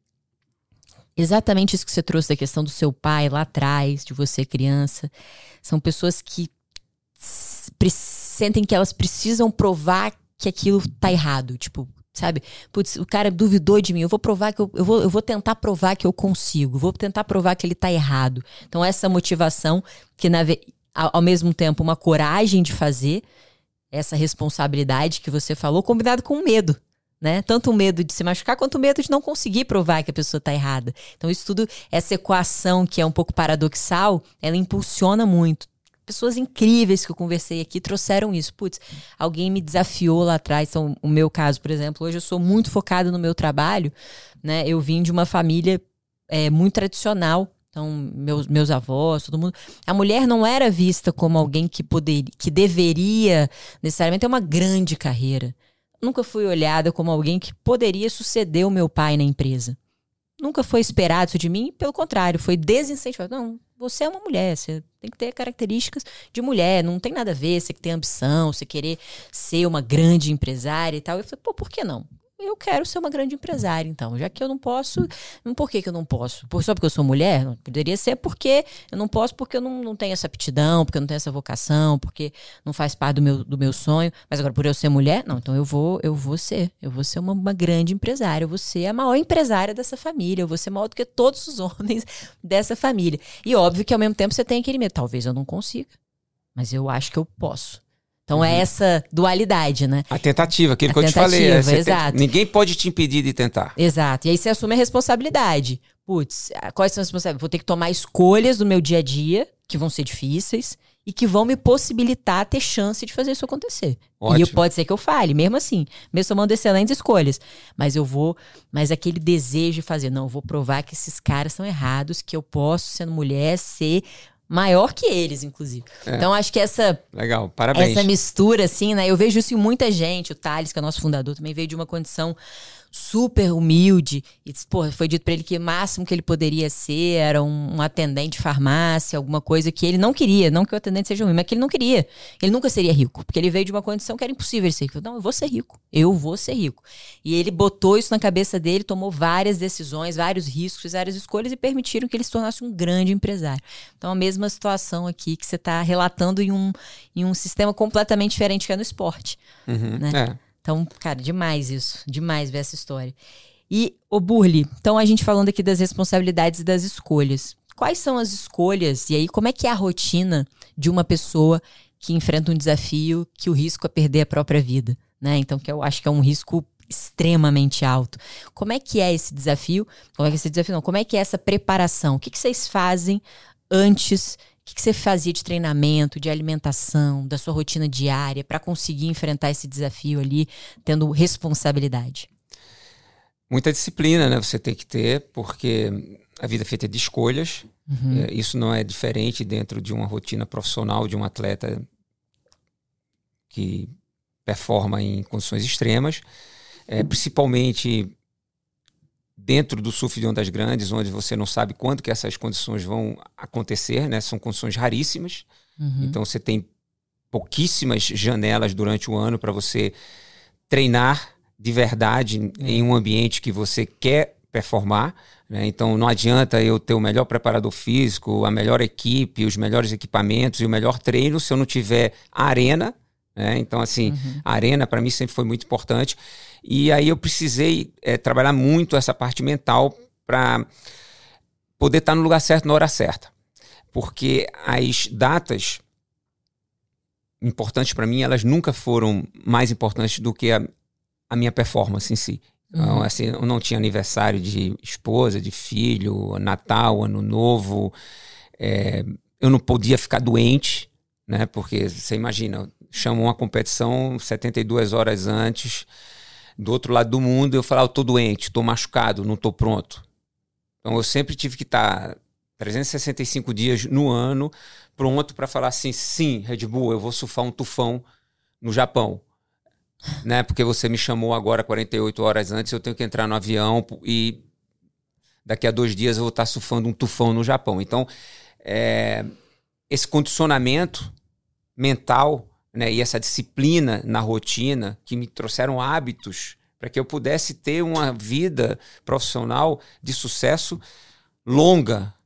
exatamente isso que você trouxe da questão do seu pai lá atrás, de você criança, são pessoas que sentem que elas precisam provar que aquilo tá errado, tipo, sabe? Putz, o cara duvidou de mim, eu vou provar que eu, eu, vou, eu vou tentar provar que eu consigo, vou tentar provar que ele tá errado. Então essa motivação, que na, ao mesmo tempo uma coragem de fazer, essa responsabilidade que você falou, combinado com o medo, né? Tanto o medo de se machucar, quanto o medo de não conseguir provar que a pessoa tá errada. Então isso tudo, essa equação que é um pouco paradoxal, ela impulsiona muito. Pessoas incríveis que eu conversei aqui trouxeram isso. Putz, alguém me desafiou lá atrás. Então, o meu caso, por exemplo, hoje eu sou muito focada no meu trabalho, né? Eu vim de uma família é, muito tradicional. Então, meus, meus avós, todo mundo... A mulher não era vista como alguém que, poderia, que deveria necessariamente ter uma grande carreira. Nunca fui olhada como alguém que poderia suceder o meu pai na empresa. Nunca foi esperado isso de mim, pelo contrário, foi desincentivado. Não, você é uma mulher, você tem que ter características de mulher, não tem nada a ver, você que tem ambição, você querer ser uma grande empresária e tal. Eu falei, pô, por que não? Eu quero ser uma grande empresária, então. Já que eu não posso, por que que eu não posso? Só porque eu sou mulher? Não, poderia ser porque eu não posso, porque eu não, não tenho essa aptidão, porque eu não tenho essa vocação, porque não faz parte do meu, do meu sonho. Mas agora, por eu ser mulher, não, então eu vou, eu vou ser. Eu vou ser uma, uma grande empresária, eu vou ser a maior empresária dessa família, eu vou ser maior do que todos os homens dessa família. E óbvio que ao mesmo tempo você tem aquele medo. Talvez eu não consiga, mas eu acho que eu posso. Então uhum. é essa dualidade, né? A tentativa, aquilo a que eu te falei. É, Tem, exato. ninguém pode te impedir de tentar. Exato. E aí você assume a responsabilidade. Putz, quais são as responsabilidades? Vou ter que tomar escolhas do meu dia a dia, que vão ser difíceis, e que vão me possibilitar ter chance de fazer isso acontecer. Ótimo. E pode ser que eu falhe, mesmo assim, mesmo tomando excelentes escolhas. Mas eu vou, mas aquele desejo de fazer, não, eu vou provar que esses caras estão errados, que eu posso, sendo mulher, ser maior que eles, inclusive. É. Então, acho que essa... Legal, parabéns. Essa mistura, assim, né? Eu vejo isso em muita gente. O Thales, que é nosso fundador, também veio de uma condição super humilde. E, pô, foi dito pra ele que o máximo que ele poderia ser era um, um atendente de farmácia, alguma coisa que ele não queria. Não que o atendente seja ruim, mas que ele não queria. Ele nunca seria rico, porque ele veio de uma condição que era impossível ele ser rico. Não, eu vou ser rico. Eu vou ser rico. E ele botou isso na cabeça dele, tomou várias decisões, vários riscos, várias escolhas e permitiram que ele se tornasse um grande empresário. Então, a mesma situação aqui que você está relatando em um, em um sistema completamente diferente que é no esporte. Uhum, né? É. Então, cara, demais isso. Demais ver essa história. E, ô Burli, então a gente falando aqui das responsabilidades e das escolhas. Quais são as escolhas? E aí, como é que é a rotina de uma pessoa que enfrenta um desafio que o risco é perder a própria vida, né? Então, que eu acho que é um risco extremamente alto. Como é que é esse desafio? Como é que é esse desafio? Não, como é que é essa preparação? O que, que vocês fazem antes? O que, que você fazia de treinamento, de alimentação, da sua rotina diária para conseguir enfrentar esse desafio ali, tendo responsabilidade? Muita disciplina, né? Você tem que ter, porque a vida é feita de escolhas. Uhum. É, isso não é diferente dentro de uma rotina profissional de um atleta que performa em condições extremas. É, principalmente dentro do surf de ondas grandes, onde você não sabe quando que essas condições vão acontecer, né? São condições raríssimas. Uhum. Então você tem pouquíssimas janelas durante o ano para você treinar de verdade uhum. em um ambiente que você quer performar, né? Então não adianta eu ter o melhor preparador físico, a melhor equipe, os melhores equipamentos e o melhor treino se eu não tiver a arena, né? Então assim, uhum. a arena para mim sempre foi muito importante. E aí eu precisei é, trabalhar muito essa parte mental para poder estar no lugar certo na hora certa. Porque as datas importantes para mim, elas nunca foram mais importantes do que a, a minha performance em si. Uhum. Então, assim, eu não tinha aniversário de esposa, de filho, Natal, Ano Novo. É, eu não podia ficar doente, né? Porque você imagina, chamam uma competição setenta e duas horas antes... do outro lado do mundo, eu falar, eu tô doente, tô machucado, não tô pronto. Então eu sempre tive que estar trezentos e sessenta e cinco dias no ano, pronto para falar assim, sim, Red Bull, eu vou surfar um tufão no Japão. Né? Porque você me chamou agora quarenta e oito horas antes, eu tenho que entrar no avião e daqui a dois dias eu vou estar surfando um tufão no Japão. Então, é, esse condicionamento mental, né, e essa disciplina na rotina que me trouxeram hábitos para que eu pudesse ter uma vida profissional de sucesso longa.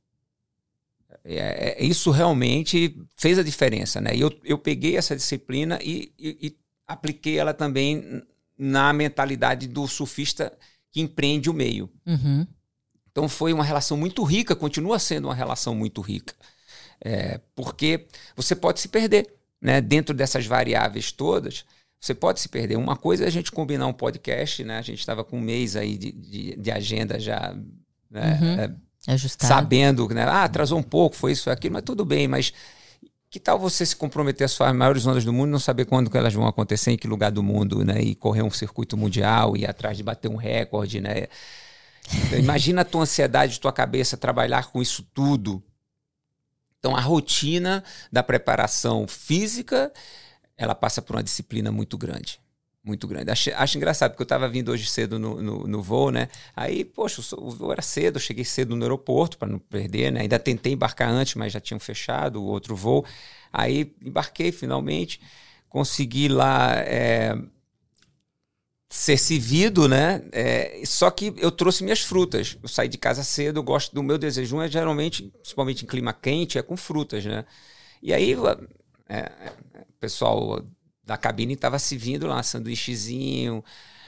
É, é, isso realmente fez a diferença. Né? E eu, eu peguei essa disciplina e, e, e apliquei ela também na mentalidade do surfista que empreende o meio. Uhum. Então foi uma relação muito rica, continua sendo uma relação muito rica. É, porque você pode se perder, né? Dentro dessas variáveis todas, você pode se perder. Uma coisa é a gente combinar um podcast, né? A gente estava com um mês aí de, de, de agenda já, né? Uhum. É, Ajustado. Sabendo, né? Ah, atrasou um pouco, foi isso, aquilo, mas tudo bem, mas que tal você se comprometer às suas maiores ondas do mundo e não saber quando que elas vão acontecer, em que lugar do mundo, né? E correr um circuito mundial, e ir atrás de bater um recorde, né? Imagina a tua ansiedade, tua cabeça trabalhar com isso tudo. Então, a rotina da preparação física, ela passa por uma disciplina muito grande. Muito grande. Acho, acho engraçado, porque eu estava vindo hoje cedo no, no, no voo, né? Aí, poxa, o voo era cedo, eu cheguei cedo no aeroporto para não perder, né? Ainda tentei embarcar antes, mas já tinham fechado o outro voo. Aí, embarquei finalmente, consegui lá... É, ser servido, né? É, só que eu trouxe minhas frutas. Eu saí de casa cedo, eu gosto do meu desejum, é geralmente, principalmente em clima quente, é com frutas, né? E aí é, o pessoal da cabine estava servindo lá, sanduíchezinho,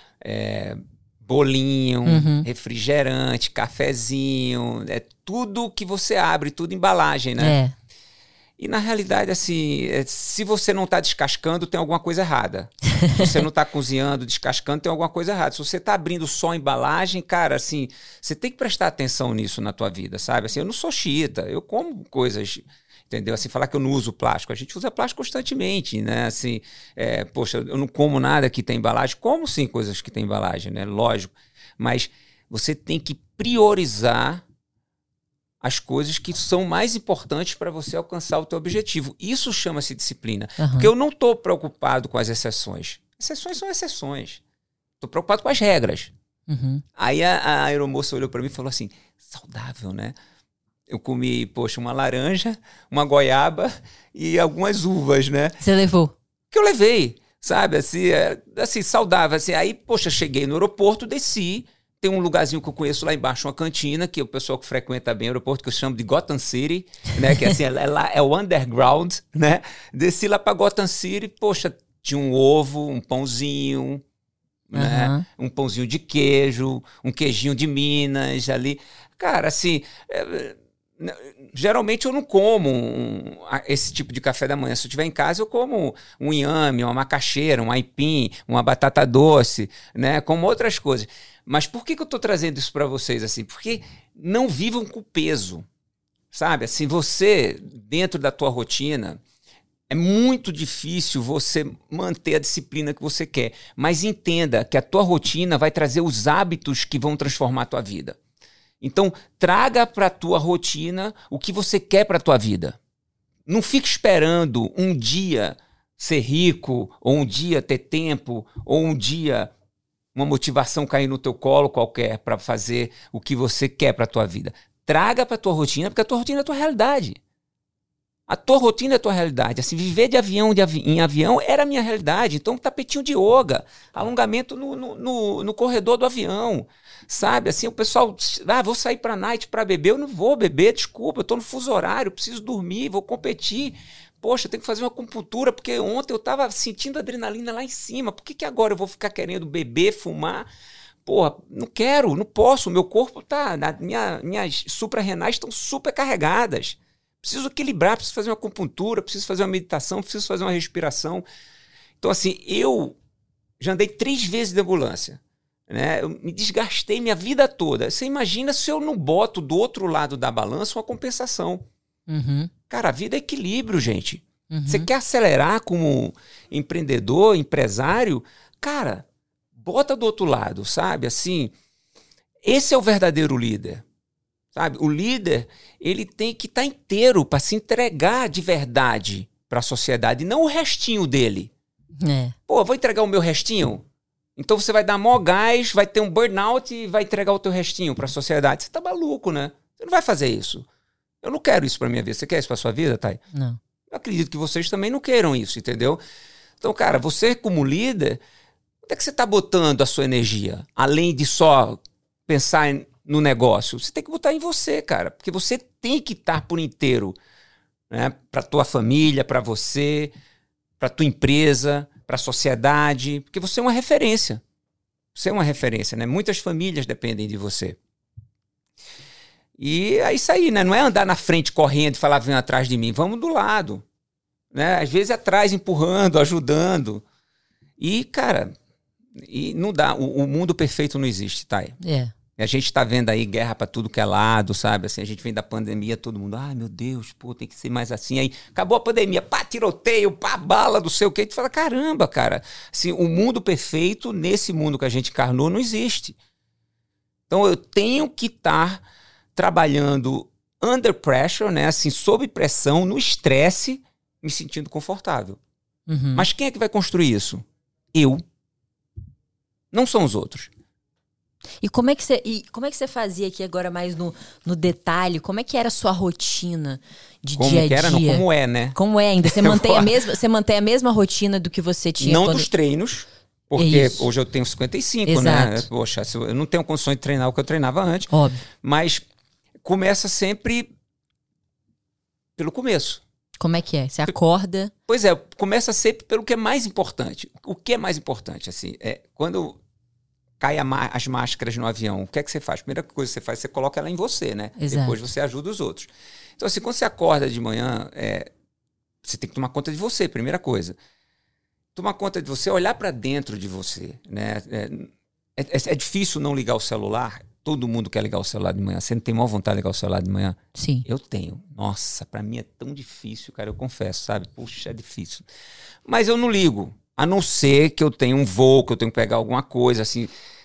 é, bolinho, uhum. refrigerante, cafezinho, é tudo que você abre, tudo embalagem, né? É. E na realidade, assim, se você não está descascando, tem alguma coisa errada. Se você não está cozinhando, descascando, tem alguma coisa errada. Se você está abrindo só a embalagem, cara, assim, você tem que prestar atenção nisso na tua vida, sabe? Assim, eu não sou xiita, eu como coisas, entendeu? Assim, falar que eu não uso plástico. A gente usa plástico constantemente, né? Assim, é, poxa, eu não como nada que tem embalagem. Como sim coisas que tem embalagem, né? Lógico. Mas você tem que priorizar as coisas que são mais importantes para você alcançar o teu objetivo. Isso chama-se disciplina. Uhum. Porque eu não estou preocupado com as exceções. Exceções são exceções. Estou preocupado com as regras. Uhum. Aí a, a aeromoça olhou para mim e falou assim, saudável, né? Eu comi, poxa, uma laranja, uma goiaba e algumas uvas, né? Você levou? Que eu levei, sabe? Assim, é, assim saudável. Assim. Aí, poxa, cheguei no aeroporto, desci. Tem um lugarzinho que eu conheço lá embaixo, uma cantina, que é o pessoal que frequenta bem o aeroporto, que eu chamo de Gotham City, né? Que assim, é, lá, é o underground, né? Desci lá pra Gotham City, poxa, tinha um ovo, um pãozinho, uhum. né? Um pãozinho de queijo, um queijinho de Minas ali. Cara, assim, é, geralmente eu não como um, esse tipo de café da manhã. Se eu estiver em casa, eu como um inhame, uma macaxeira, um aipim, uma batata doce, né? Como outras coisas. Mas por que, que eu estou trazendo isso para vocês assim? Porque não vivam com peso, sabe? Assim, você, dentro da tua rotina, é muito difícil você manter a disciplina que você quer. Mas entenda que a tua rotina vai trazer os hábitos que vão transformar a tua vida. Então, traga para a tua rotina o que você quer para a tua vida. Não fique esperando um dia ser rico, ou um dia ter tempo, ou um dia uma motivação cair no teu colo qualquer para fazer o que você quer para a tua vida. Traga para a tua rotina, porque a tua rotina é a tua realidade. A tua rotina é a tua realidade. Assim, viver de avião de avi- em avião era a minha realidade. Então, tapetinho de yoga, alongamento no, no, no, no corredor do avião. Sabe, assim, o pessoal, ah, vou sair pra night pra beber. Eu não vou beber, desculpa, eu tô no fuso horário, preciso dormir, vou competir. Poxa, eu tenho que fazer uma acupuntura, porque ontem eu tava sentindo adrenalina lá em cima. Por que que agora eu vou ficar querendo beber, fumar? Porra, não quero, não posso. O meu corpo tá, minha, minhas suprarrenais estão super carregadas. Preciso equilibrar, preciso fazer uma acupuntura, preciso fazer uma meditação, preciso fazer uma respiração. Então, assim, eu já andei três vezes de ambulância. Né? Eu me desgastei minha vida toda. Você imagina se eu não boto do outro lado da balança uma compensação. Uhum. Cara, a vida é equilíbrio, gente. Uhum. Você quer acelerar como empreendedor, empresário? Cara, bota do outro lado, sabe? Assim, esse é o verdadeiro líder. sabe? O líder, ele tem que estar inteiro para se entregar de verdade para a sociedade, e não o restinho dele. É. Pô, vou entregar o meu restinho? Então você vai dar mó gás, vai ter um burnout e vai entregar o teu restinho para a sociedade. Você tá maluco, né? Você não vai fazer isso. Eu não quero isso para minha vida. Você quer isso para sua vida, Thay? Não. Eu acredito que vocês também não queiram isso, entendeu? Então, cara, você como líder, onde é que você tá botando a sua energia? Além de só pensar no negócio, você tem que botar em você, cara. Porque você tem que estar por inteiro, né? Para tua família, para você, para tua empresa, para a sociedade, porque você é uma referência. Você é uma referência, né? Muitas famílias dependem de você. E é isso aí, né? Não é andar na frente correndo e falar, vem atrás de mim. Vamos do lado, né? Às vezes atrás, empurrando, ajudando. E, cara, e não dá. O, o mundo perfeito não existe, Thay. É. A gente tá vendo aí guerra pra tudo que é lado, sabe? Assim, a gente vem da pandemia, todo mundo, ai meu Deus, pô, tem que ser mais assim. Aí acabou a pandemia, pá, tiroteio, pá, bala, não sei o quê. E tu fala, caramba, cara, assim, o mundo perfeito, nesse mundo que a gente encarnou, não existe. Então eu tenho que estar trabalhando under pressure, né? Assim, sob pressão, no estresse, me sentindo confortável. Uhum. Mas quem é que vai construir isso? Eu. Não são os outros. E como é que você, e como é que você fazia aqui agora mais no, no detalhe? Como é que era a sua rotina de Como dia a dia? que era? Não, como é, né? Como é ainda? Você mantém, a mesma, você mantém a mesma rotina do que você tinha Não quando... dos treinos, porque Isso. hoje eu tenho cinquenta e cinco, Exato. né? Poxa, eu não tenho condições de treinar o que eu treinava antes. Óbvio. Mas começa sempre pelo começo. Como é que é? Você acorda... Pois é, começa sempre pelo que é mais importante. O que é mais importante, assim, é quando cai a má- as máscaras no avião, o que é que você faz? A primeira coisa que você faz, você coloca ela em você, né? Exato. Depois você ajuda os outros. Então, assim, quando você acorda de manhã, é, você tem que tomar conta de você, primeira coisa. Tomar conta de você, olhar para dentro de você, né? É, é, é difícil não ligar o celular. Todo mundo quer ligar o celular de manhã. Você não tem maior vontade de ligar o celular de manhã? Sim. Eu tenho. Nossa, pra mim é tão difícil, cara, eu confesso, sabe? Puxa, é difícil. Mas eu não ligo. A não ser que eu tenha um voo, que eu tenho que pegar alguma coisa, assim,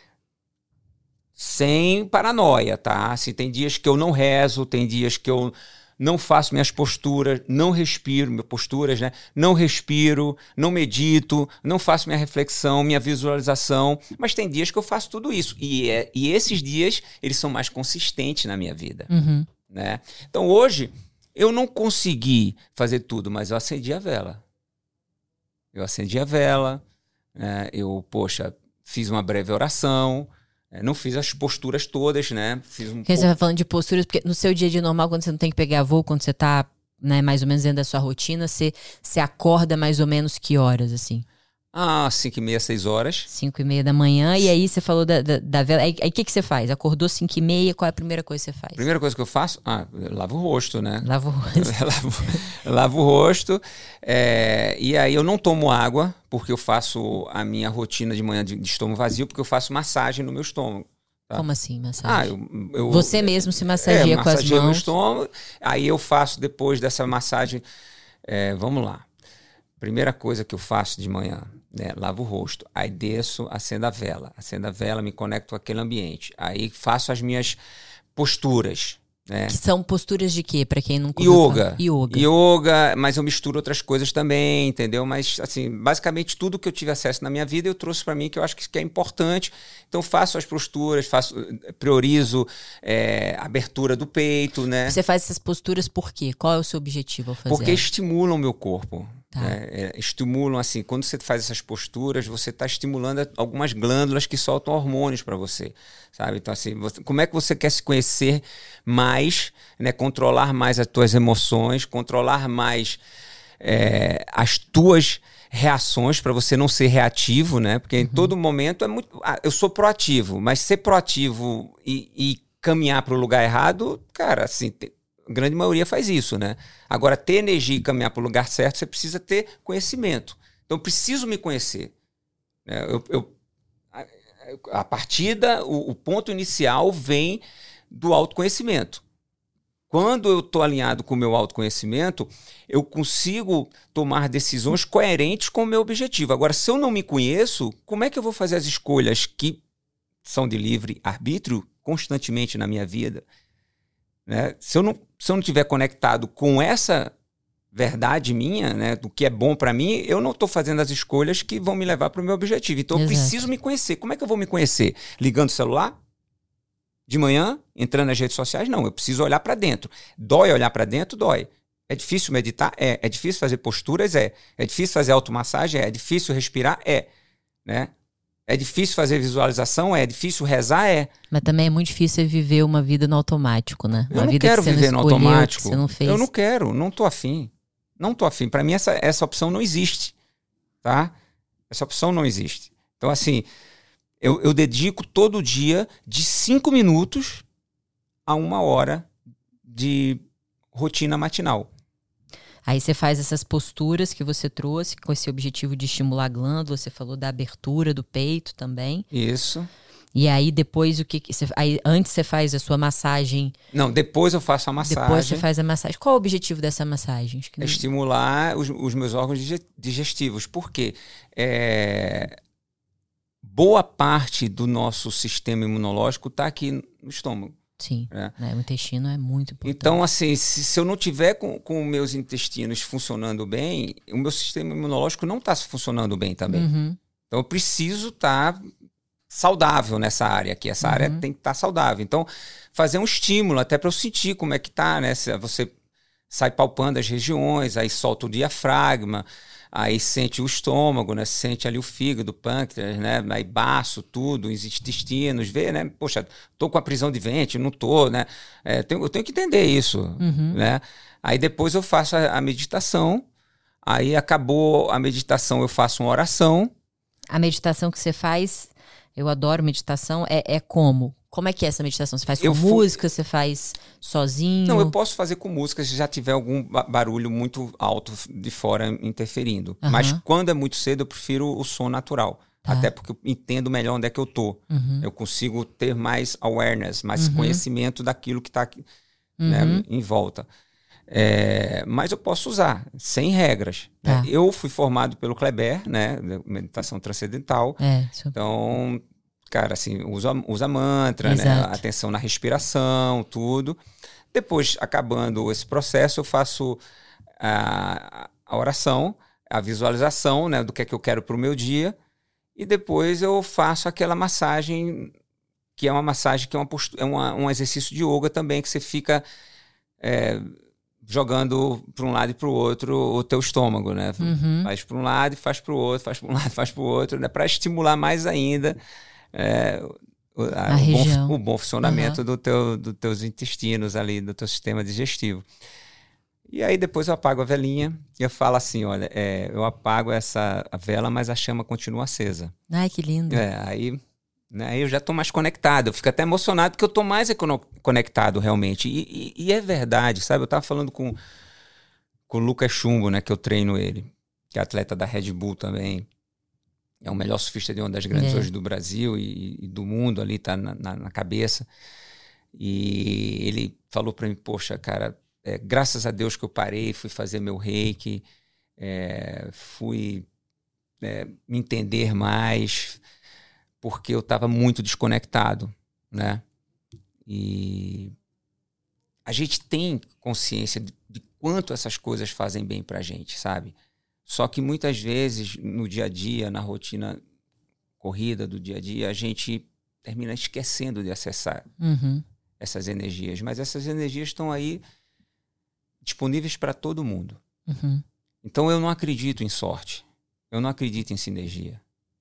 sem paranoia, tá? Assim, tem dias que eu não rezo, tem dias que eu não faço minhas posturas, não respiro, minhas posturas, né? Não respiro, não medito, não faço minha reflexão, minha visualização, mas tem dias que eu faço tudo isso. E, é, e esses dias, eles são mais consistentes na minha vida, Uhum. né? Então, hoje, eu não consegui fazer tudo, mas eu acendi a vela. Eu acendi a vela, né? Eu, poxa, fiz uma breve oração, não fiz as posturas todas, né? Fiz um Porque pouco... você vai falando de posturas, porque no seu dia a dia normal, quando você não tem que pegar voo, quando você tá, né, mais ou menos dentro da sua rotina, você, você acorda mais ou menos que horas, assim? Ah, cinco e meia, seis horas. Cinco e meia da manhã, e aí você falou da, da, da vela. Aí o que, que você faz? Acordou cinco e meia, qual é a primeira coisa que você faz? Primeira coisa que eu faço, ah, eu lavo o rosto, né? Lava o rosto. Eu lavo, eu lavo o rosto, é, e aí eu não tomo água, porque eu faço a minha rotina de manhã de, de estômago vazio, porque eu faço massagem no meu estômago. Tá? Como assim, massagem? Ah, eu, eu, Você mesmo se massageia é, com as massageio meu mãos. estômago, aí eu faço depois dessa massagem, é, vamos lá. Primeira coisa que eu faço de manhã, né, lavo o rosto, aí desço, acendo a vela, acendo a vela, me conecto com aquele ambiente, aí faço as minhas posturas, né? Que são posturas de quê, pra quem não ouviu Yoga. falar? Yoga. Yoga, mas eu misturo outras coisas também, entendeu? Mas, assim, basicamente tudo que eu tive acesso na minha vida eu trouxe para mim, que eu acho que é importante. Então, faço as posturas, faço, priorizo é, a abertura do peito, né? Você faz essas posturas por quê? Qual é o seu objetivo ao fazer? Porque estimulam o meu corpo. Tá. Né? É, estimulam, assim, quando você faz essas posturas, você está estimulando algumas glândulas que soltam hormônios para você, sabe? Então, assim, você, como é que você quer se conhecer mais, né? Controlar mais as tuas emoções, controlar mais é, as tuas reações para você não ser reativo, né? Porque em todo momento é muito... Ah, eu sou proativo, mas ser proativo e, e caminhar para o lugar errado, cara, assim... Tem, a grande maioria faz isso, né? Agora, ter energia e caminhar para o lugar certo, você precisa ter conhecimento. Então, eu preciso me conhecer. Eu, eu, a, a partida, o, o ponto inicial vem do autoconhecimento. Quando eu estou alinhado com o meu autoconhecimento, eu consigo tomar decisões coerentes com o meu objetivo. Agora, se eu não me conheço, como é que eu vou fazer as escolhas que são de livre arbítrio constantemente na minha vida? Né? Se eu não, se eu não tiver conectado com essa verdade minha, né, do que é bom para mim, eu não estou fazendo as escolhas que vão me levar para o meu objetivo. Então, Exato. eu preciso me conhecer. Como é que eu vou me conhecer? Ligando o celular? De manhã? Entrando nas redes sociais? Não, eu preciso olhar para dentro. Dói olhar para dentro? Dói. É difícil meditar? É. É difícil fazer posturas? É. É difícil fazer automassagem? É. É difícil respirar? É. Né? É difícil fazer visualização? É. É difícil rezar? É. Mas também é muito difícil viver uma vida no automático, né? Uma eu não vida quero que você viver não no escolheu, automático. Que você não fez. Eu não quero, não tô afim. Não tô afim. Para mim, essa, essa opção não existe. Tá? Essa opção não existe. Então, assim, eu, eu dedico todo dia de cinco minutos a uma hora de rotina matinal. Aí você faz essas posturas que você trouxe com esse objetivo de estimular a glândula. Você falou da abertura do peito também. Isso. E aí depois o que, que você, aí antes você faz a sua massagem? Não, depois eu faço a massagem. Depois você faz a massagem. Qual é o objetivo dessa massagem? Acho que não... Estimular os, os meus órgãos digestivos. Por quê? É... Boa parte do nosso sistema imunológico está aqui no estômago. Sim, né? O intestino é muito importante. Então, assim, se, se eu não tiver com, com os meus intestinos funcionando bem, o meu sistema imunológico não está funcionando bem também. Uhum. Então, eu preciso estar tá saudável nessa área aqui. Essa uhum. área tem que estar tá saudável. Então, fazer um estímulo até para eu sentir como é que tá, né? Se você sai palpando as regiões, aí solta o diafragma, aí sente o estômago, né? Sente ali o fígado, o pâncreas, né? Aí baço, tudo, os intestinos, vê, né? Poxa, tô com a prisão de ventre, não tô, né? É, tenho, eu tenho que entender isso, uhum. né? Aí depois eu faço a, a meditação, aí acabou a meditação, eu faço uma oração. A meditação que você faz, eu adoro meditação, é, é como? Como é que é essa meditação? Você faz com eu música? Fui... Você faz sozinho? Não, eu posso fazer com música se já tiver algum barulho muito alto de fora interferindo. Uhum. Mas quando é muito cedo, eu prefiro o som natural. Tá. Até porque eu entendo melhor onde é que eu tô. Uhum. Eu consigo ter mais awareness, mais uhum. conhecimento daquilo que está aqui, uhum. né, em volta. É, mas eu posso usar, sem regras. Tá. Né? Eu fui formado pelo Kleber, né, meditação transcendental. É, isso... Então... Cara, assim, usa, usa mantra, né? Atenção na respiração, tudo. Depois, acabando esse processo, eu faço a, a oração, a visualização, né? Do que é que eu quero para o meu dia. E depois eu faço aquela massagem, que é uma massagem que é, uma postura, é uma, um exercício de yoga também, que você fica é, jogando para um lado e para o outro o teu estômago, né? Uhum. Faz para um lado e faz para o outro, faz para um lado e faz para o outro, né? Para estimular mais ainda... É, o, a, o, bom, o bom funcionamento uhum. do teu, dos teus intestinos ali, do teu sistema digestivo. E aí depois eu apago a velinha e eu falo assim, olha, é, eu apago essa a vela, mas a chama continua acesa. Ai, que lindo. É, aí, né, aí eu já estou mais conectado, eu fico até emocionado porque eu estou mais conectado realmente. E, e, e é verdade, sabe? Eu estava falando com, com o Lucas Chumbo, né, que eu treino ele, que é atleta da Red Bull também. É o melhor surfista de ondas grandes é. hoje do Brasil e, e do mundo ali, tá na, na, na cabeça. E ele falou para mim, poxa, cara, é, graças a Deus que eu parei, fui fazer meu reiki, é, fui é, me entender mais, porque eu estava muito desconectado, né? E a gente tem consciência de, de quanto essas coisas fazem bem pra gente, sabe? Só que muitas vezes, no dia a dia, na rotina corrida do dia a dia, a gente termina esquecendo de acessar uhum. essas energias. Mas essas energias estão aí disponíveis para todo mundo. Uhum. Então eu não acredito em sorte. Eu não acredito em sinergia.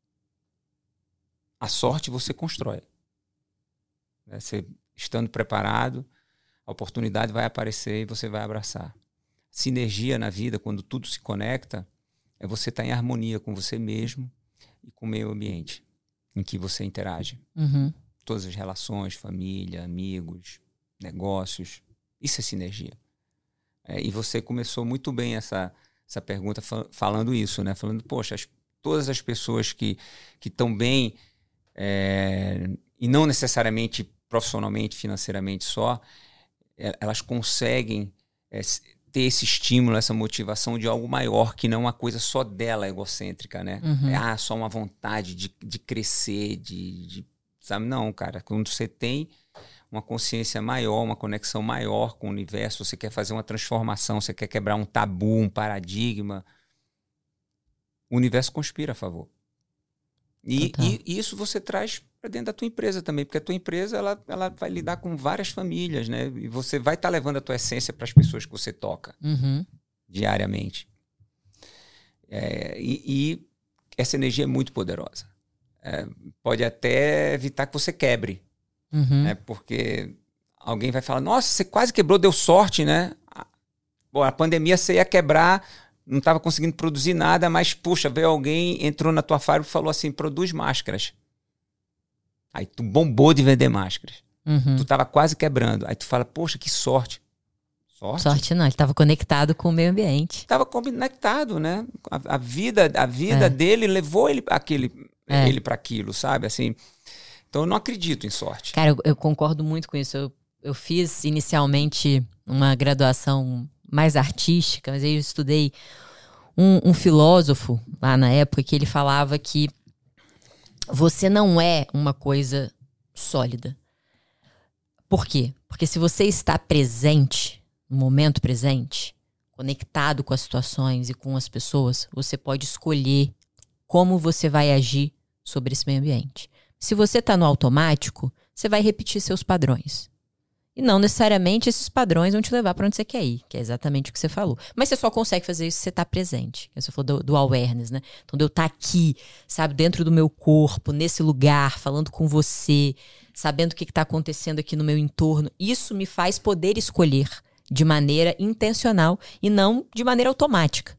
A sorte você constrói. Você, estando preparado, a oportunidade vai aparecer e você vai abraçar. Sinergia na vida, quando tudo se conecta, é você estar em harmonia com você mesmo e com o meio ambiente em que você interage. Uhum. Todas as relações, família, amigos, negócios, isso é sinergia. É, e você começou muito bem essa, essa pergunta fal- falando isso, né? Falando, poxa, as, todas as pessoas que que estão bem, é, e não necessariamente profissionalmente, financeiramente só, é, elas conseguem é, ter esse estímulo, essa motivação de algo maior, que não uma coisa só dela egocêntrica, né? Uhum. É ah, só uma vontade de, de crescer, de, de... Sabe? Não, cara. Quando você tem uma consciência maior, uma conexão maior com o universo, você quer fazer uma transformação, você quer quebrar um tabu, um paradigma, o universo conspira a favor. E, e, e isso você traz para dentro da tua empresa também, porque a tua empresa ela, ela vai lidar com várias famílias, né? E você vai estar tá levando a tua essência para as pessoas que você toca uhum. diariamente. É, e, e essa energia é muito poderosa. É, pode até evitar que você quebre. Uhum. Né? Porque alguém vai falar, nossa, você quase quebrou, deu sorte, né? Bom, a pandemia você ia quebrar, não estava conseguindo produzir nada, mas, puxa, veio alguém, entrou na tua fábrica e falou assim, produz máscaras. Aí tu bombou de vender máscaras. Uhum. Tu estava quase quebrando. Aí tu fala, poxa, que sorte. Sorte? Sorte não, ele estava conectado com o meio ambiente. Estava conectado, né? A, a vida, a vida é. dele levou ele, aquele, é. ele para aquilo, sabe? Assim, então eu não acredito em sorte. Cara, eu, eu concordo muito com isso. Eu, eu fiz inicialmente uma graduação mais artística, mas aí eu estudei um, um filósofo lá na época que ele falava que você não é uma coisa sólida. Por quê? Porque se você está presente, no momento presente, conectado com as situações e com as pessoas, você pode escolher como você vai agir sobre esse meio ambiente. Se você está no automático, você vai repetir seus padrões. E não necessariamente esses padrões vão te levar para onde você quer ir, que é exatamente o que você falou. Mas você só consegue fazer isso se você está presente. Você falou do, do awareness, né? Então, de eu estar aqui, sabe, dentro do meu corpo, nesse lugar, falando com você, sabendo o que está acontecendo aqui no meu entorno. Isso me faz poder escolher de maneira intencional e não de maneira automática.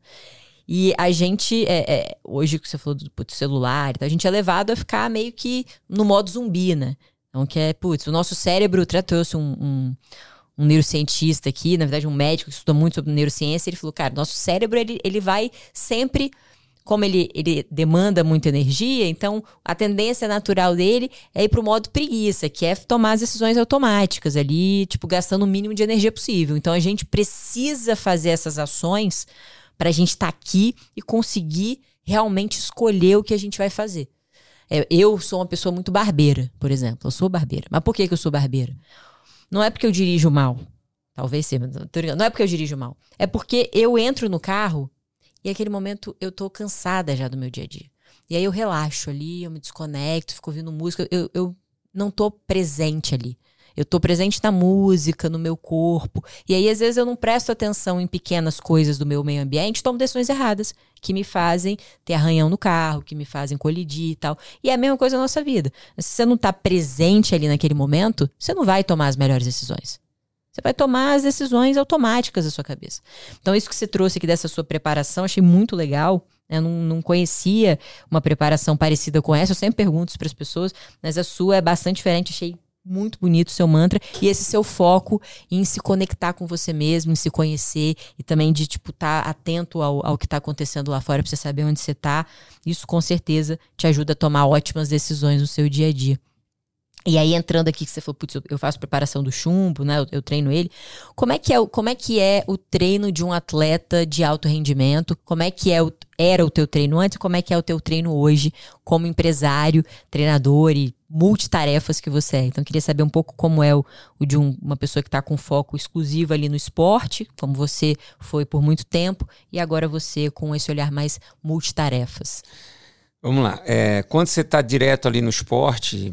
E a gente, é, é, hoje que você falou do, do celular, então a gente é levado a ficar meio que no modo zumbi, né? Então, que é, putz, o nosso cérebro, eu trouxe um, um, um neurocientista aqui, na verdade um médico que estuda muito sobre neurociência, ele falou, cara, nosso cérebro, ele, ele vai sempre, como ele, ele demanda muita energia, então a tendência natural dele é ir pro modo preguiça, que é tomar as decisões automáticas ali, tipo, gastando o mínimo de energia possível. Então a gente precisa fazer essas ações pra gente estar tá aqui e conseguir realmente escolher o que a gente vai fazer. Eu sou uma pessoa muito barbeira, por exemplo. Eu sou barbeira. Mas por que, que eu sou barbeira? Não é porque eu dirijo mal. Talvez seja, não é porque eu dirijo mal. É porque eu entro no carro e naquele momento eu tô cansada já do meu dia a dia. E aí eu relaxo ali, eu me desconecto, fico ouvindo música. Eu, eu não tô presente ali. Eu tô presente na música, no meu corpo. E aí, às vezes, eu não presto atenção em pequenas coisas do meu meio ambiente, tomo decisões erradas, que me fazem ter arranhão no carro, que me fazem colidir e tal. E é a mesma coisa na nossa vida. Se você não tá presente ali naquele momento, você não vai tomar as melhores decisões. Você vai tomar as decisões automáticas da sua cabeça. Então, isso que você trouxe aqui dessa sua preparação, achei muito legal. Eu não, não conhecia uma preparação parecida com essa. Eu sempre pergunto isso para as pessoas, mas a sua é bastante diferente. Achei muito bonito o seu mantra e esse seu foco em se conectar com você mesmo, em se conhecer e também de, tipo, estar tá atento ao, ao que está acontecendo lá fora para você saber onde você está. Isso com certeza te ajuda a tomar ótimas decisões no seu dia a dia. E aí, entrando aqui, que você falou, putz, eu faço preparação do chumbo, né? Eu, eu treino ele. Como é, que é, como é que é o treino de um atleta de alto rendimento? Como é que é o, era o teu treino antes? Como é que é o teu treino hoje como empresário, treinador e multitarefas que você é? Então, eu queria saber um pouco como é o, o de um, uma pessoa que está com foco exclusivo ali no esporte, como você foi por muito tempo, e agora você com esse olhar mais multitarefas. Vamos lá. É, quando você está direto ali no esporte,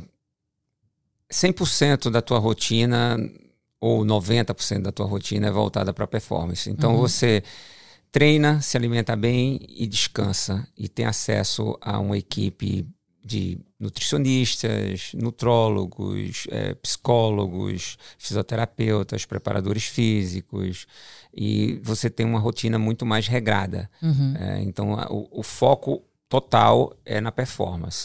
cem por cento da tua rotina ou noventa por cento da tua rotina é voltada para a performance. Então, uhum. você treina, se alimenta bem e descansa. E tem acesso a uma equipe de nutricionistas, nutrólogos, é, psicólogos, fisioterapeutas, preparadores físicos. E você tem uma rotina muito mais regrada. Uhum. É, então, o, o foco total é na performance.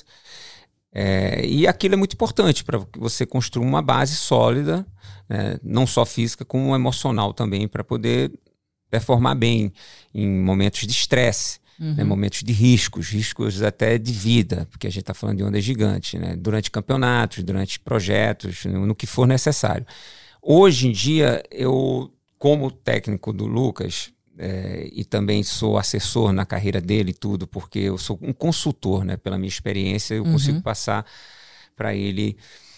É, e aquilo é muito importante para que você construa uma base sólida, né, não só física, como emocional também, para poder performar bem em momentos de estresse, uhum. né, momentos de riscos, riscos até de vida, porque a gente está falando de ondas gigantes, né, durante campeonatos, durante projetos, no, no que for necessário. Hoje em dia, eu, como técnico do Lucas, É, e também sou assessor na carreira dele e tudo, porque eu sou um consultor, né? Pela minha experiência, eu uhum. consigo passar para ele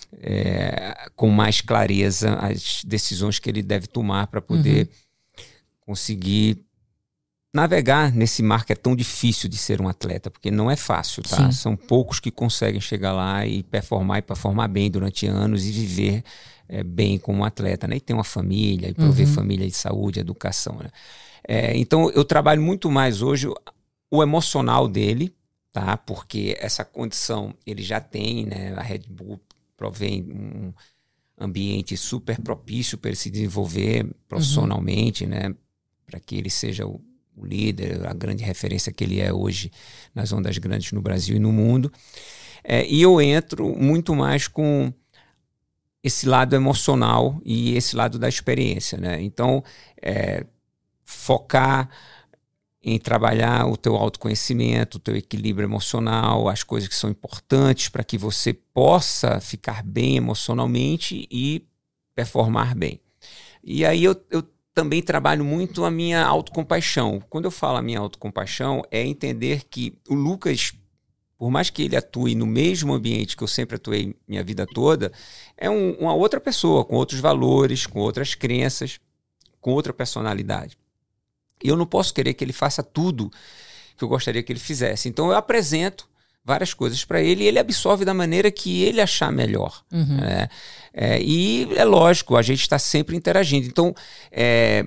é, com mais clareza as decisões que ele deve tomar para poder uhum. conseguir navegar nesse mar que é tão difícil de ser um atleta, porque não é fácil, tá? Sim. São poucos que conseguem chegar lá e performar e performar bem durante anos e viver é, bem como atleta, né? E ter uma família, e prover uhum. família de saúde, educação, né? É, então eu trabalho muito mais hoje o emocional dele, tá? Porque essa condição ele já tem, né? A Red Bull provém um ambiente super propício para ele se desenvolver profissionalmente, uhum. né? Para que ele seja o o líder, a grande referência que ele é hoje nas ondas grandes no Brasil e no mundo. É, e eu entro muito mais com esse lado emocional e esse lado da experiência, né? Então, é, focar em trabalhar o teu autoconhecimento, o teu equilíbrio emocional, as coisas que são importantes para que você possa ficar bem emocionalmente e performar bem. E aí eu, eu também trabalho muito a minha autocompaixão. Quando eu falo a minha autocompaixão, é entender que o Lucas, por mais que ele atue no mesmo ambiente que eu sempre atuei minha vida toda, é um, uma outra pessoa, com outros valores, com outras crenças, com outra personalidade. E eu não posso querer que ele faça tudo que eu gostaria que ele fizesse. Então eu apresento várias coisas para ele e ele absorve da maneira que ele achar melhor. Uhum. Né? É, e é lógico, a gente está sempre interagindo. Então, é,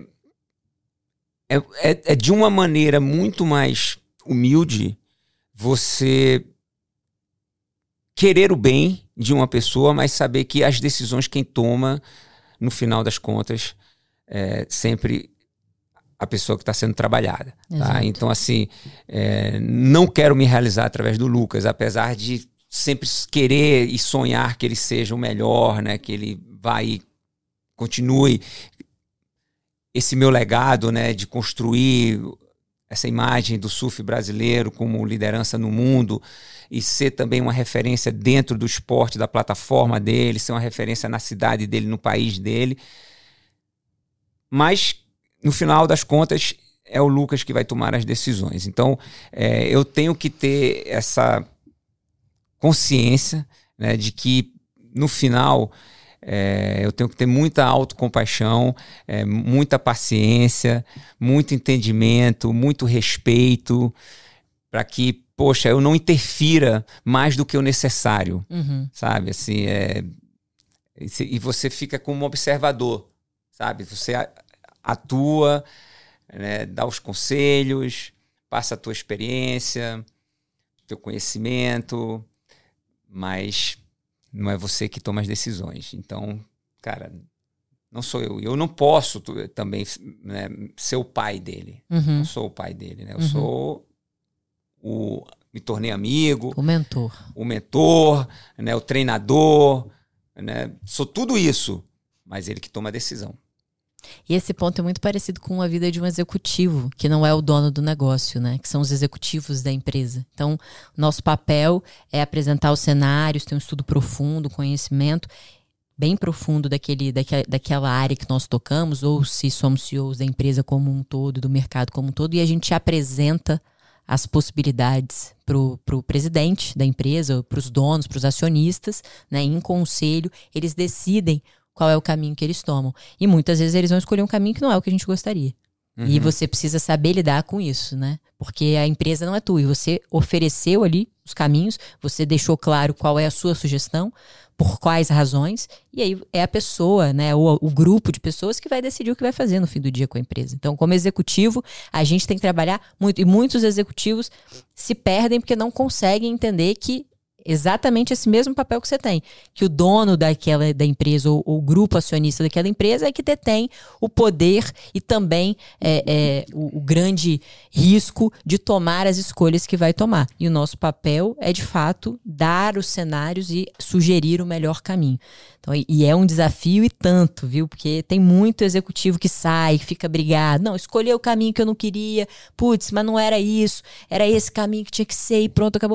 é, é de uma maneira muito mais humilde você querer o bem de uma pessoa, mas saber que as decisões quem toma, no final das contas, é sempre a pessoa que está sendo trabalhada. Tá? Então, assim, é, não quero me realizar através do Lucas, apesar de sempre querer e sonhar que ele seja o melhor, né? Que ele vai e continue esse meu legado, né? De construir essa imagem do surf brasileiro como liderança no mundo e ser também uma referência dentro do esporte, da plataforma dele, ser uma referência na cidade dele, no país dele. Mas no final das contas, é o Lucas que vai tomar as decisões. Então, é, eu tenho que ter essa consciência, né, de que, no final, é, eu tenho que ter muita autocompaixão, é, muita paciência, muito entendimento, muito respeito, para que, poxa, eu não interfira mais do que o necessário, uhum. sabe? Assim, é, e você fica como observador, sabe? Você atua, né, dá os conselhos, passa a tua experiência, teu conhecimento, mas não é você que toma as decisões. Então, cara, não sou eu. Eu não posso também, né, ser o pai dele. Uhum. Não sou o pai dele, né? Eu uhum. sou o... Me tornei amigo. O mentor. O mentor, né, o treinador, né? Sou tudo isso, mas ele que toma a decisão. E esse ponto é muito parecido com a vida de um executivo, que não é o dono do negócio, né? Que são os executivos da empresa. Então, nosso papel é apresentar os cenários, ter um estudo profundo, conhecimento bem profundo daquele, daquela, daquela área que nós tocamos, ou se somos C E Os da empresa como um todo, do mercado como um todo, e a gente apresenta as possibilidades para o presidente da empresa, para os donos, para os acionistas, né? Em conselho, eles decidem qual é o caminho que eles tomam. E muitas vezes eles vão escolher um caminho que não é o que a gente gostaria. Uhum. E você precisa saber lidar com isso, né? Porque a empresa não é tua. E você ofereceu ali os caminhos, você deixou claro qual é a sua sugestão, por quais razões, e aí é a pessoa, né? Ou o grupo de pessoas que vai decidir o que vai fazer no fim do dia com a empresa. Então, como executivo, a gente tem que trabalhar muito. E muitos executivos se perdem porque não conseguem entender que exatamente esse mesmo papel que você tem, que o dono daquela da empresa ou o grupo acionista daquela empresa é que detém o poder e também é, é, o, o grande risco de tomar as escolhas que vai tomar. E o nosso papel é, de fato, dar os cenários e sugerir o melhor caminho. Então, e, e é um desafio e tanto, viu? Porque tem muito executivo que sai, que fica brigado. Não, escolheu o caminho que eu não queria. Putz, mas não era isso. Era esse caminho que tinha que ser e pronto, acabou.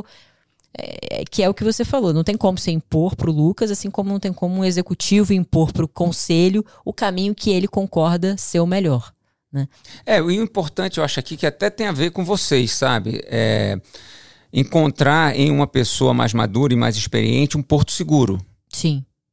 É, que é o que você falou, não tem como você impor para o Lucas, assim como não tem como um executivo impor para o conselho o caminho que ele concorda ser o melhor, né? É, o importante eu acho aqui que até tem a ver com vocês, sabe? É, encontrar em uma pessoa mais madura e mais experiente um porto seguro. Sim.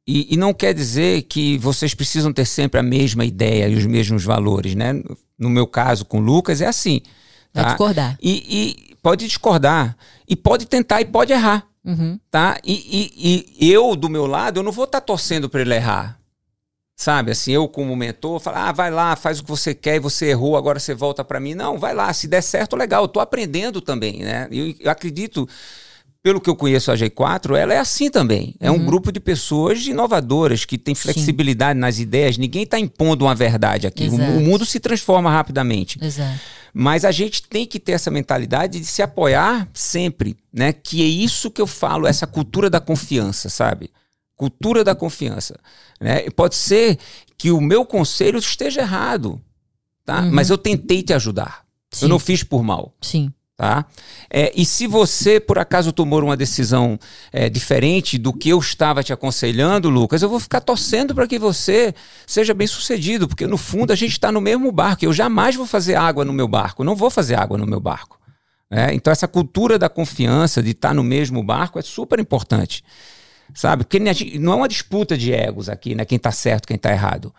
E, e não quer dizer que vocês precisam ter sempre a mesma ideia e os mesmos valores, né? No meu caso, com o Lucas, é assim. Vai tá? discordar. E, e pode discordar. E pode tentar e pode errar. Uhum. Tá? E, e, e eu, do meu lado, eu não vou estar torcendo para ele errar. Sabe, assim, eu como mentor, falar, ah, vai lá, faz o que você quer e você errou, agora você volta para mim. Não, vai lá, se der certo, legal, eu tô aprendendo também, né? Eu, eu acredito, pelo que eu conheço a G quatro, ela é assim também. É uhum. um grupo de pessoas inovadoras, que tem flexibilidade Sim. nas ideias. Ninguém está impondo uma verdade aqui. O, o mundo se transforma rapidamente. Exato. Mas a gente tem que ter essa mentalidade de se apoiar sempre, né? Que é isso que eu falo, essa cultura da confiança, sabe? Cultura da confiança, né? E pode ser que o meu conselho esteja errado, tá? Uhum. Mas eu tentei te ajudar. Sim. Eu não fiz por mal. Sim. Tá? É, e se você, por acaso, tomou uma decisão é, diferente do que eu estava te aconselhando, Lucas, eu vou ficar torcendo para que você seja bem sucedido, porque no fundo a gente está no mesmo barco. Eu jamais vou fazer água no meu barco, não vou fazer água no meu barco. É, então essa cultura da confiança, de estar no mesmo barco, é super importante. Sabe? Porque não é uma disputa de egos aqui, né? Quem está certo, quem está errado.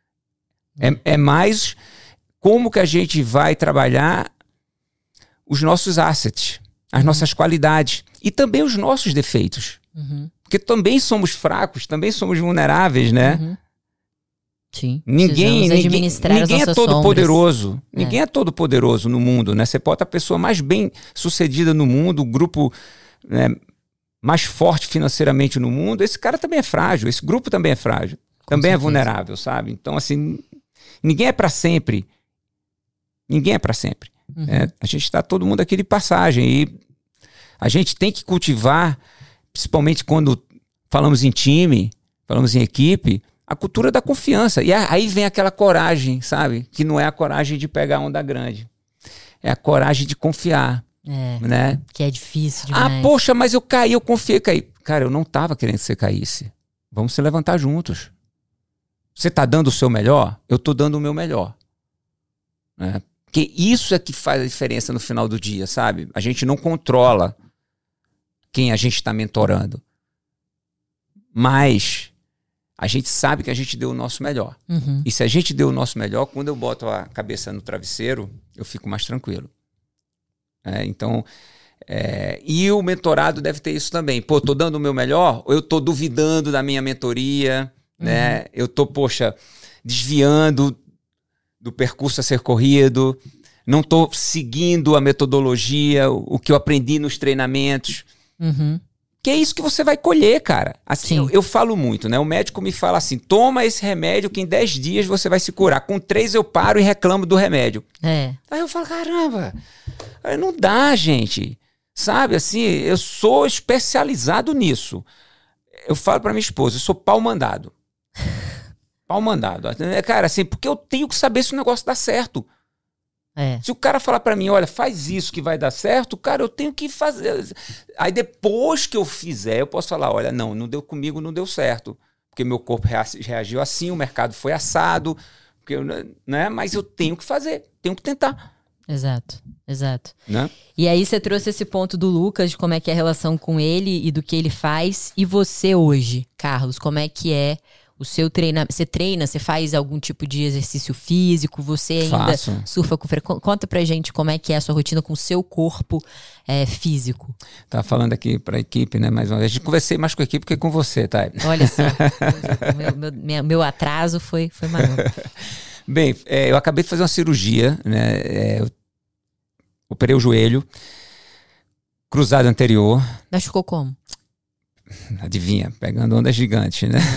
É, é mais como que a gente vai trabalhar os nossos assets, as uhum. nossas qualidades e também os nossos defeitos. Uhum. Porque também somos fracos, também somos vulneráveis, né? Uhum. Sim. Ninguém, ninguém, ninguém é todo poderoso. É. Ninguém é todo poderoso no mundo, né? Você pode estar a pessoa mais bem sucedida no mundo, o grupo, né, mais forte financeiramente no mundo, esse cara também é frágil, esse grupo também é frágil, Com também certeza. É vulnerável, sabe? Então, assim, ninguém é para sempre. Ninguém é para sempre. Uhum. É, a gente está todo mundo aqui de passagem e a gente tem que cultivar, principalmente quando falamos em time, falamos em equipe, a cultura da confiança. E aí vem aquela coragem, sabe? Que não é a coragem de pegar onda grande, é a coragem de confiar. É, né? Que é difícil demais. Ah, poxa, mas eu caí, eu confiei, caí. Cara, eu não estava querendo que você caísse. Vamos se levantar juntos. Você está dando o seu melhor? Eu estou dando o meu melhor. Né? Porque isso é que faz a diferença no final do dia, sabe? A gente não controla quem a gente está mentorando. Mas a gente sabe que a gente deu o nosso melhor. Uhum. E se a gente deu o nosso melhor, quando eu boto a cabeça no travesseiro, eu fico mais tranquilo. É, então, é, e o mentorado deve ter isso também. Pô, tô dando o meu melhor ou eu tô duvidando da minha mentoria, uhum. né? Eu tô, poxa, desviando do percurso a ser corrido, não tô seguindo a metodologia, o, o que eu aprendi nos treinamentos. Uhum. Que é isso que você vai colher, cara. Assim, eu, eu falo muito, né? O médico me fala assim, toma esse remédio que em dez dias você vai se curar. Com três eu paro e reclamo do remédio. É. Aí eu falo, caramba, não dá, gente. Sabe, assim, eu sou especializado nisso. Eu falo pra minha esposa, eu sou pau mandado. Pau mandado. Cara, assim, porque eu tenho que saber se o negócio dá certo. É. Se o cara falar pra mim, olha, faz isso que vai dar certo, cara, eu tenho que fazer. Aí depois que eu fizer, eu posso falar, olha, não, não deu comigo, não deu certo. Porque meu corpo reagiu assim, o mercado foi assado, porque eu, né? Mas eu tenho que fazer, tenho que tentar. Exato, exato. Né? E aí você trouxe esse ponto do Lucas, de como é que é a relação com ele e do que ele faz. E você hoje, Carlos, como é que é o seu treinamento? Você treina, você faz algum tipo de exercício físico? Você ainda Faço. surfa com frequência? Conta pra gente como é que é a sua rotina com o seu corpo é, físico. Tava falando aqui pra equipe, né? Mais uma vez. A gente conversei mais com a equipe que com você, tá? Olha só, o meu, meu, meu, meu atraso foi, foi maior. Bem, é, eu acabei de fazer uma cirurgia, né? É, eu operei o joelho, cruzado anterior. Machucou como? Adivinha, pegando ondas gigantes, né?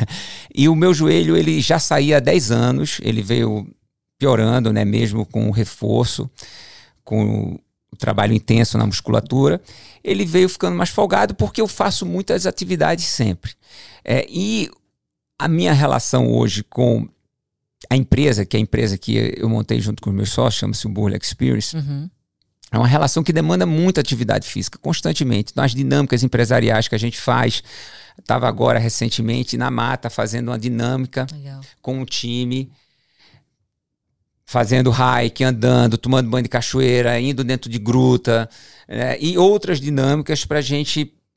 E o meu joelho, ele já saía há dez anos, ele veio piorando, né? Mesmo com o reforço, com o trabalho intenso na musculatura, ele veio ficando mais folgado porque eu faço muitas atividades sempre. É, e a minha relação hoje com a empresa, que é a empresa que eu montei junto com os meus sócios, chama-se o Burle Experience, uhum. É uma relação que demanda muita atividade física, constantemente. Então, as dinâmicas empresariais que a gente faz, estava agora recentemente na mata fazendo uma dinâmica Legal. Com o time, fazendo hike, andando, tomando banho de cachoeira, indo dentro de gruta, né, e outras dinâmicas para a gente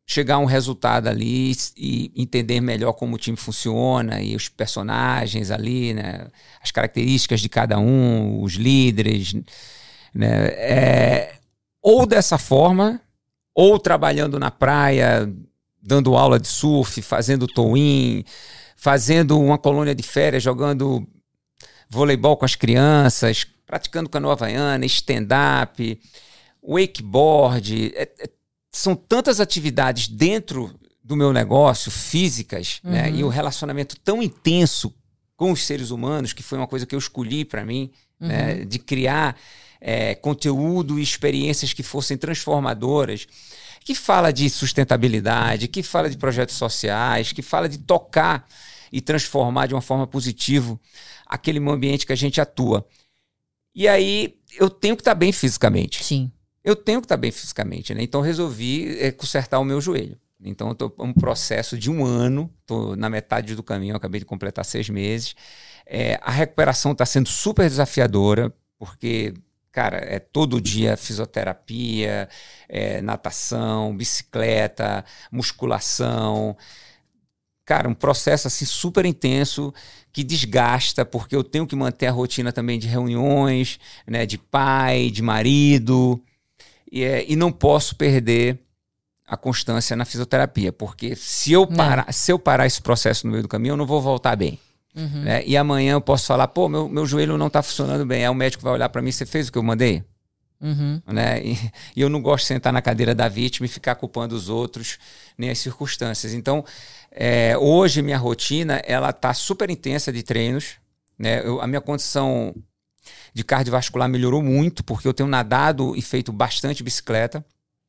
chegar a um resultado ali e entender melhor como o time funciona e os personagens ali, né? As características de cada um, os líderes, né? É, ou dessa forma, ou trabalhando na praia, dando aula de surf, fazendo tow-in, fazendo uma colônia de férias, jogando voleibol com as crianças, praticando canoa havaiana, stand-up, wakeboard. É, é, são tantas atividades dentro do meu negócio, físicas, uhum. né? E o relacionamento tão intenso com os seres humanos, que foi uma coisa que eu escolhi para mim, uhum. né? De criar é, conteúdo e experiências que fossem transformadoras, que fala de sustentabilidade, que fala de projetos sociais, que fala de tocar e transformar de uma forma positiva aquele meio ambiente que a gente atua. E aí eu tenho que estar bem fisicamente. Sim. Eu tenho que estar bem fisicamente, né? Então resolvi é, consertar o meu joelho. Então eu estou em um processo de um ano, estou na metade do caminho, acabei de completar seis meses. É, a recuperação está sendo super desafiadora, porque, cara, é todo dia fisioterapia, é, natação, bicicleta, musculação. Cara, um processo assim super intenso que desgasta, porque eu tenho que manter a rotina também de reuniões, né, de pai, de marido. E, é, e não posso perder a constância na fisioterapia, porque se eu, parar, se eu parar esse processo no meio do caminho, eu não vou voltar bem. Uhum. Né? E amanhã eu posso falar, pô, meu, meu joelho não está funcionando bem. Aí o médico vai olhar para mim, você fez o que eu mandei? Uhum. Né? E, e eu não gosto de sentar na cadeira da vítima e ficar culpando os outros, nem as circunstâncias. Então, é, hoje minha rotina ela está super intensa de treinos. Né? Eu, a minha condição de cardiovascular melhorou muito, porque eu tenho nadado e feito bastante bicicleta.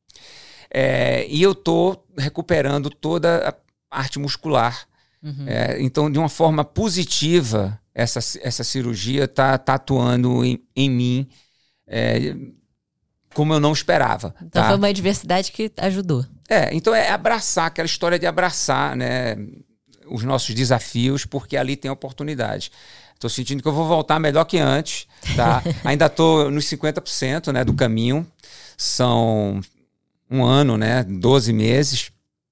É, e eu estou recuperando toda a arte muscular. Uhum. É, então, de uma forma positiva, essa, essa cirurgia está tá atuando em, em mim é, como eu não esperava. Então tá? Foi uma adversidade que ajudou. É, então é abraçar, aquela história de abraçar, né, os nossos desafios, porque ali tem oportunidade. Estou sentindo que eu vou voltar melhor que antes, tá? Ainda estou nos cinquenta por cento, né, do caminho. São um ano, né, doze meses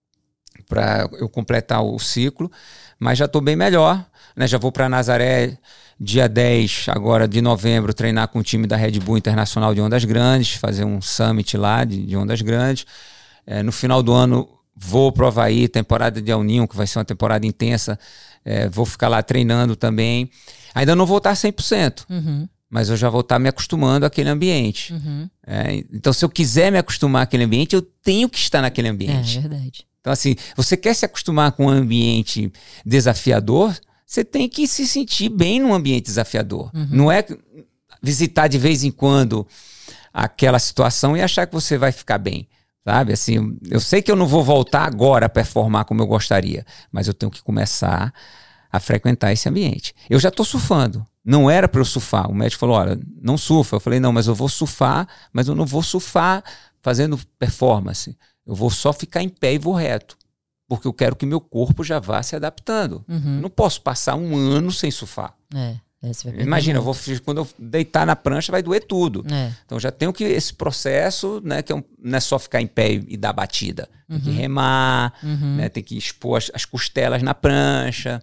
para eu completar o ciclo, mas já estou bem melhor, né? Já vou para Nazaré dia dez agora de novembro treinar com o time da Red Bull Internacional de Ondas Grandes, fazer um summit lá de, de Ondas Grandes. É, no final do ano vou para o Havaí, temporada de El Niño, que vai ser uma temporada intensa. É, vou ficar lá treinando também. Ainda não vou estar cem por cento, uhum. mas eu já vou estar me acostumando àquele ambiente. Uhum. É, então, se eu quiser me acostumar àquele ambiente, eu tenho que estar naquele ambiente. É verdade. Então, assim, você quer se acostumar com um ambiente desafiador, você tem que se sentir bem num ambiente desafiador. Uhum. Não é visitar de vez em quando aquela situação e achar que você vai ficar bem. Sabe, assim, eu sei que eu não vou voltar agora a performar como eu gostaria, mas eu tenho que começar a frequentar esse ambiente. Eu já estou surfando, não era para eu surfar. O médico falou, olha, não surfa. Eu falei, não, mas eu vou surfar, mas eu não vou surfar fazendo performance. Eu vou só ficar em pé e vou reto, porque eu quero que meu corpo já vá se adaptando. Uhum. Eu não posso passar um ano sem surfar. É. Imagina, eu vou, quando eu deitar na prancha vai doer tudo. É. Então já tenho que esse processo, né, que é um, não é só ficar em pé e, e dar batida. Tem uhum. que remar, uhum. né, tem que expor as, as costelas na prancha.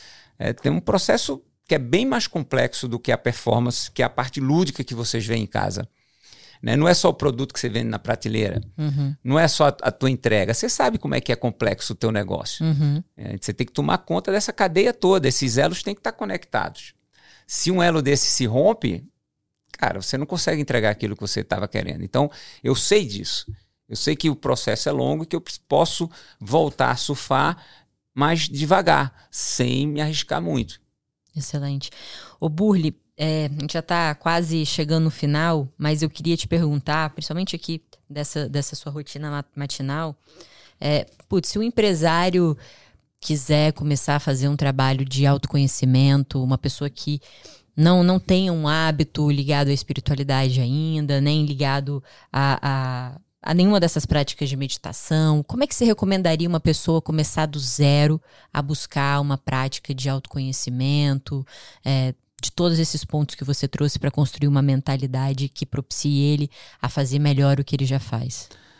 É, tem um processo que é bem mais complexo do que a performance, que é a parte lúdica que vocês veem em casa. Né? Não é só o produto que você vende na prateleira. Uhum. Não é só a, a tua entrega. Você sabe como é que é complexo o teu negócio. Uhum. É, você tem que tomar conta dessa cadeia toda. Esses elos têm que estar conectados. Se um elo desse se rompe, cara, você não consegue entregar aquilo que você estava querendo. Então, eu sei disso. Eu sei que o processo é longo e que eu posso voltar a surfar mais devagar, sem me arriscar muito. Excelente. Ô Burle, é, a gente já está quase chegando no final, mas eu queria te perguntar, principalmente aqui dessa, dessa sua rotina matinal, é, putz, se o empresário quiser começar a fazer um trabalho de autoconhecimento, uma pessoa que não, não tem um hábito ligado à espiritualidade ainda, nem ligado a, a, a nenhuma dessas práticas de meditação, como é que você recomendaria uma pessoa começar do zero a buscar uma prática de autoconhecimento, é, de todos esses pontos que você trouxe para construir uma mentalidade que propicie ele a fazer melhor o que ele já faz?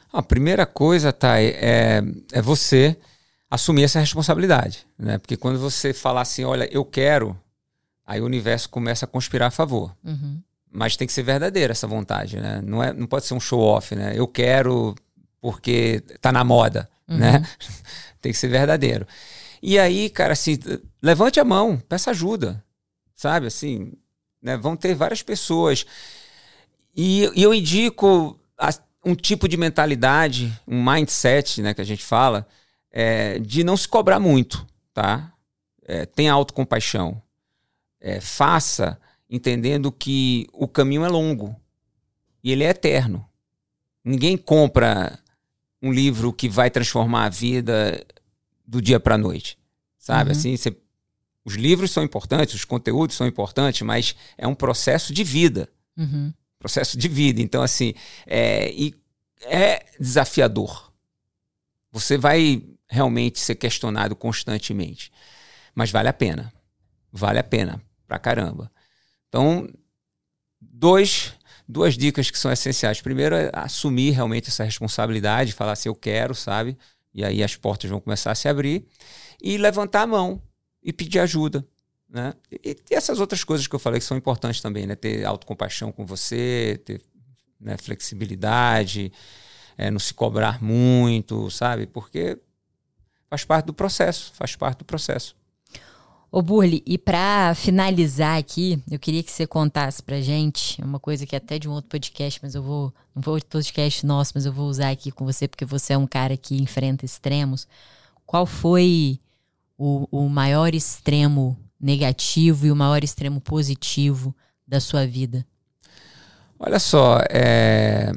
A primeira coisa, Thay, é, é você assumir essa responsabilidade, né? Porque quando você falar assim, olha, eu quero, aí o universo começa a conspirar a favor. Uhum. Mas tem que ser verdadeira essa vontade, né? Não, é, não pode ser um show-off, né? Eu quero porque tá na moda, uhum. né? Tem que ser verdadeiro. E aí, cara, assim, levante a mão, peça ajuda, sabe? Assim, né? Vão ter várias pessoas. E, e eu indico a, um tipo de mentalidade, um mindset, né, que a gente fala, é, de não se cobrar muito, tá? É, tenha autocompaixão. É, faça entendendo que o caminho é longo e ele é eterno. Ninguém compra um livro que vai transformar a vida do dia para a noite, sabe? Uhum. Assim, cê, os livros são importantes, os conteúdos são importantes, mas é um processo de vida. Uhum. Processo de vida. Então, assim, é, e é desafiador. Você vai realmente ser questionado constantemente, mas vale a pena. Vale a pena pra caramba. Então, dois, duas dicas que são essenciais. Primeiro é assumir realmente essa responsabilidade, falar assim, eu quero, sabe? E aí as portas vão começar a se abrir. E levantar a mão e pedir ajuda, né? E, e essas outras coisas que eu falei que são importantes também, né? Ter autocompaixão com você, ter, né, flexibilidade, é, não se cobrar muito, sabe? Porque faz parte do processo, faz parte do processo. Ô Burle, e para finalizar aqui, eu queria que você contasse pra gente uma coisa que é até de um outro podcast, mas eu vou, não foi outro podcast nosso, mas eu vou usar aqui com você, porque você é um cara que enfrenta extremos. Qual foi o, o maior extremo negativo e o maior extremo positivo da sua vida? Olha só, é...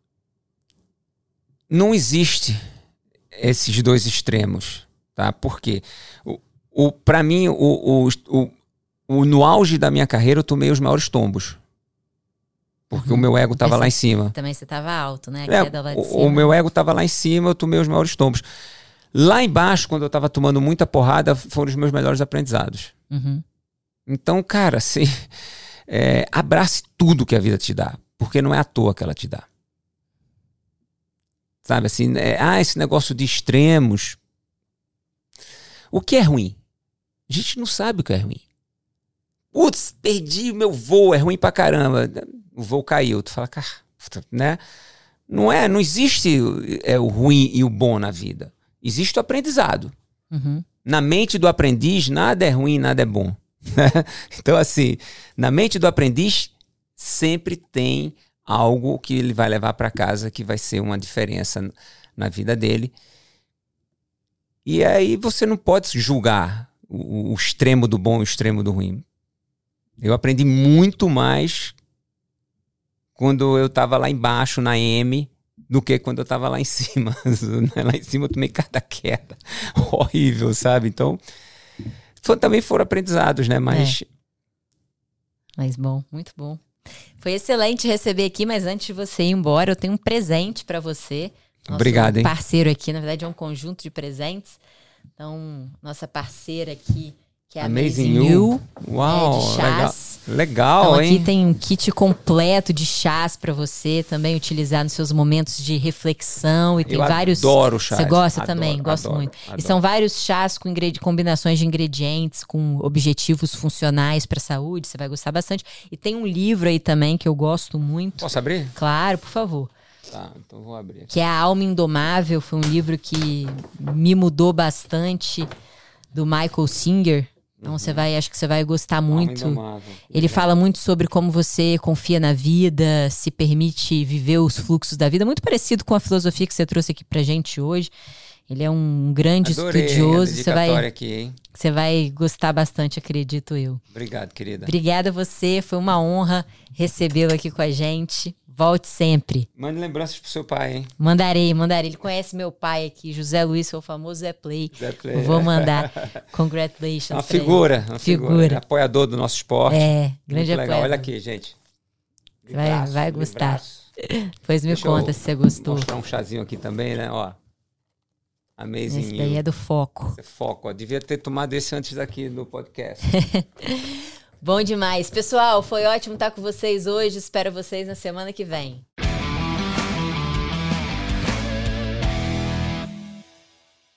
não existe esses dois extremos, tá? Por quê? O, o, para mim, o, o, o, o, no auge da minha carreira, eu tomei os maiores tombos. Porque uhum. o meu ego estava lá em cima. Também você estava alto, né? A é, queda lá de o, cima. O meu ego estava lá em cima, eu tomei os maiores tombos. Lá embaixo, quando eu estava tomando muita porrada, foram os meus melhores aprendizados. Uhum. Então, cara, assim, é, abrace tudo que a vida te dá, porque não é à toa que ela te dá. Sabe, assim, é, ah, esse negócio de extremos. O que é ruim? A gente não sabe o que é ruim. Putz, perdi o meu voo, é ruim pra caramba. O voo caiu, tu fala, cara, né? Não é, não existe é, o ruim e o bom na vida. Existe o aprendizado. Uhum. Na mente do aprendiz, nada é ruim, nada é bom. Então, assim, na mente do aprendiz, sempre tem algo que ele vai levar para casa que vai ser uma diferença na vida dele. E aí você não pode julgar o, o extremo do bom e o extremo do ruim. Eu aprendi muito mais quando eu estava lá embaixo, na M, do que quando eu estava lá em cima. Lá em cima eu tomei cada queda. Horrível, sabe? Então, foi, também foram aprendizados, né? Mas... É. Mas bom, muito bom. Foi excelente receber aqui, mas antes de você ir embora, eu tenho um presente para você. Nosso Obrigado, hein? Parceiro aqui, na verdade é um conjunto de presentes. Então, nossa parceira aqui, que é a Amazing You, Uau, é, de chás. Legal, legal então, hein? Aqui tem um kit completo de chás para você também utilizar nos seus momentos de reflexão. E tem eu vários. Adoro chás. Você gosta adoro, também? Gosto adoro, muito. Adoro. E são vários chás com ingred... combinações de ingredientes, com objetivos funcionais para a saúde. Você vai gostar bastante. E tem um livro aí também que eu gosto muito. Posso abrir? Claro, por favor. Tá, então vou abrir aqui. Que é A Alma Indomável. Foi um livro que me mudou bastante, do Michael Singer. Então você vai, acho que você vai gostar muito. Ele fala muito sobre como você confia na vida, se permite viver os fluxos da vida, muito parecido com a filosofia que você trouxe aqui pra gente hoje. Ele é um grande Adorei, estudioso. Você vai, aqui, hein? você vai gostar bastante, acredito eu. Obrigado, querida. Obrigada a você, foi uma honra recebê-lo aqui com a gente. Volte sempre. Mande lembranças pro seu pai, hein? Mandarei, mandarei. Ele conhece meu pai aqui, José Luiz, que é o famoso Zé Play. Zé Play. Vou mandar. Congratulations. Uma figura, uma figura. figura. Apoiador do nosso esporte. É, grande Muito legal. apoiador. Olha aqui, gente. Vai, Braço, vai gostar. braço. Pois me Deixa conta eu se você gostou. Vou mostrar um chazinho aqui também, né? Ó. Amazing Esse daí You. é do foco. Esse é foco, ó. Devia ter tomado esse antes aqui no podcast. Bom demais. Pessoal, foi ótimo estar com vocês hoje. Espero vocês na semana que vem.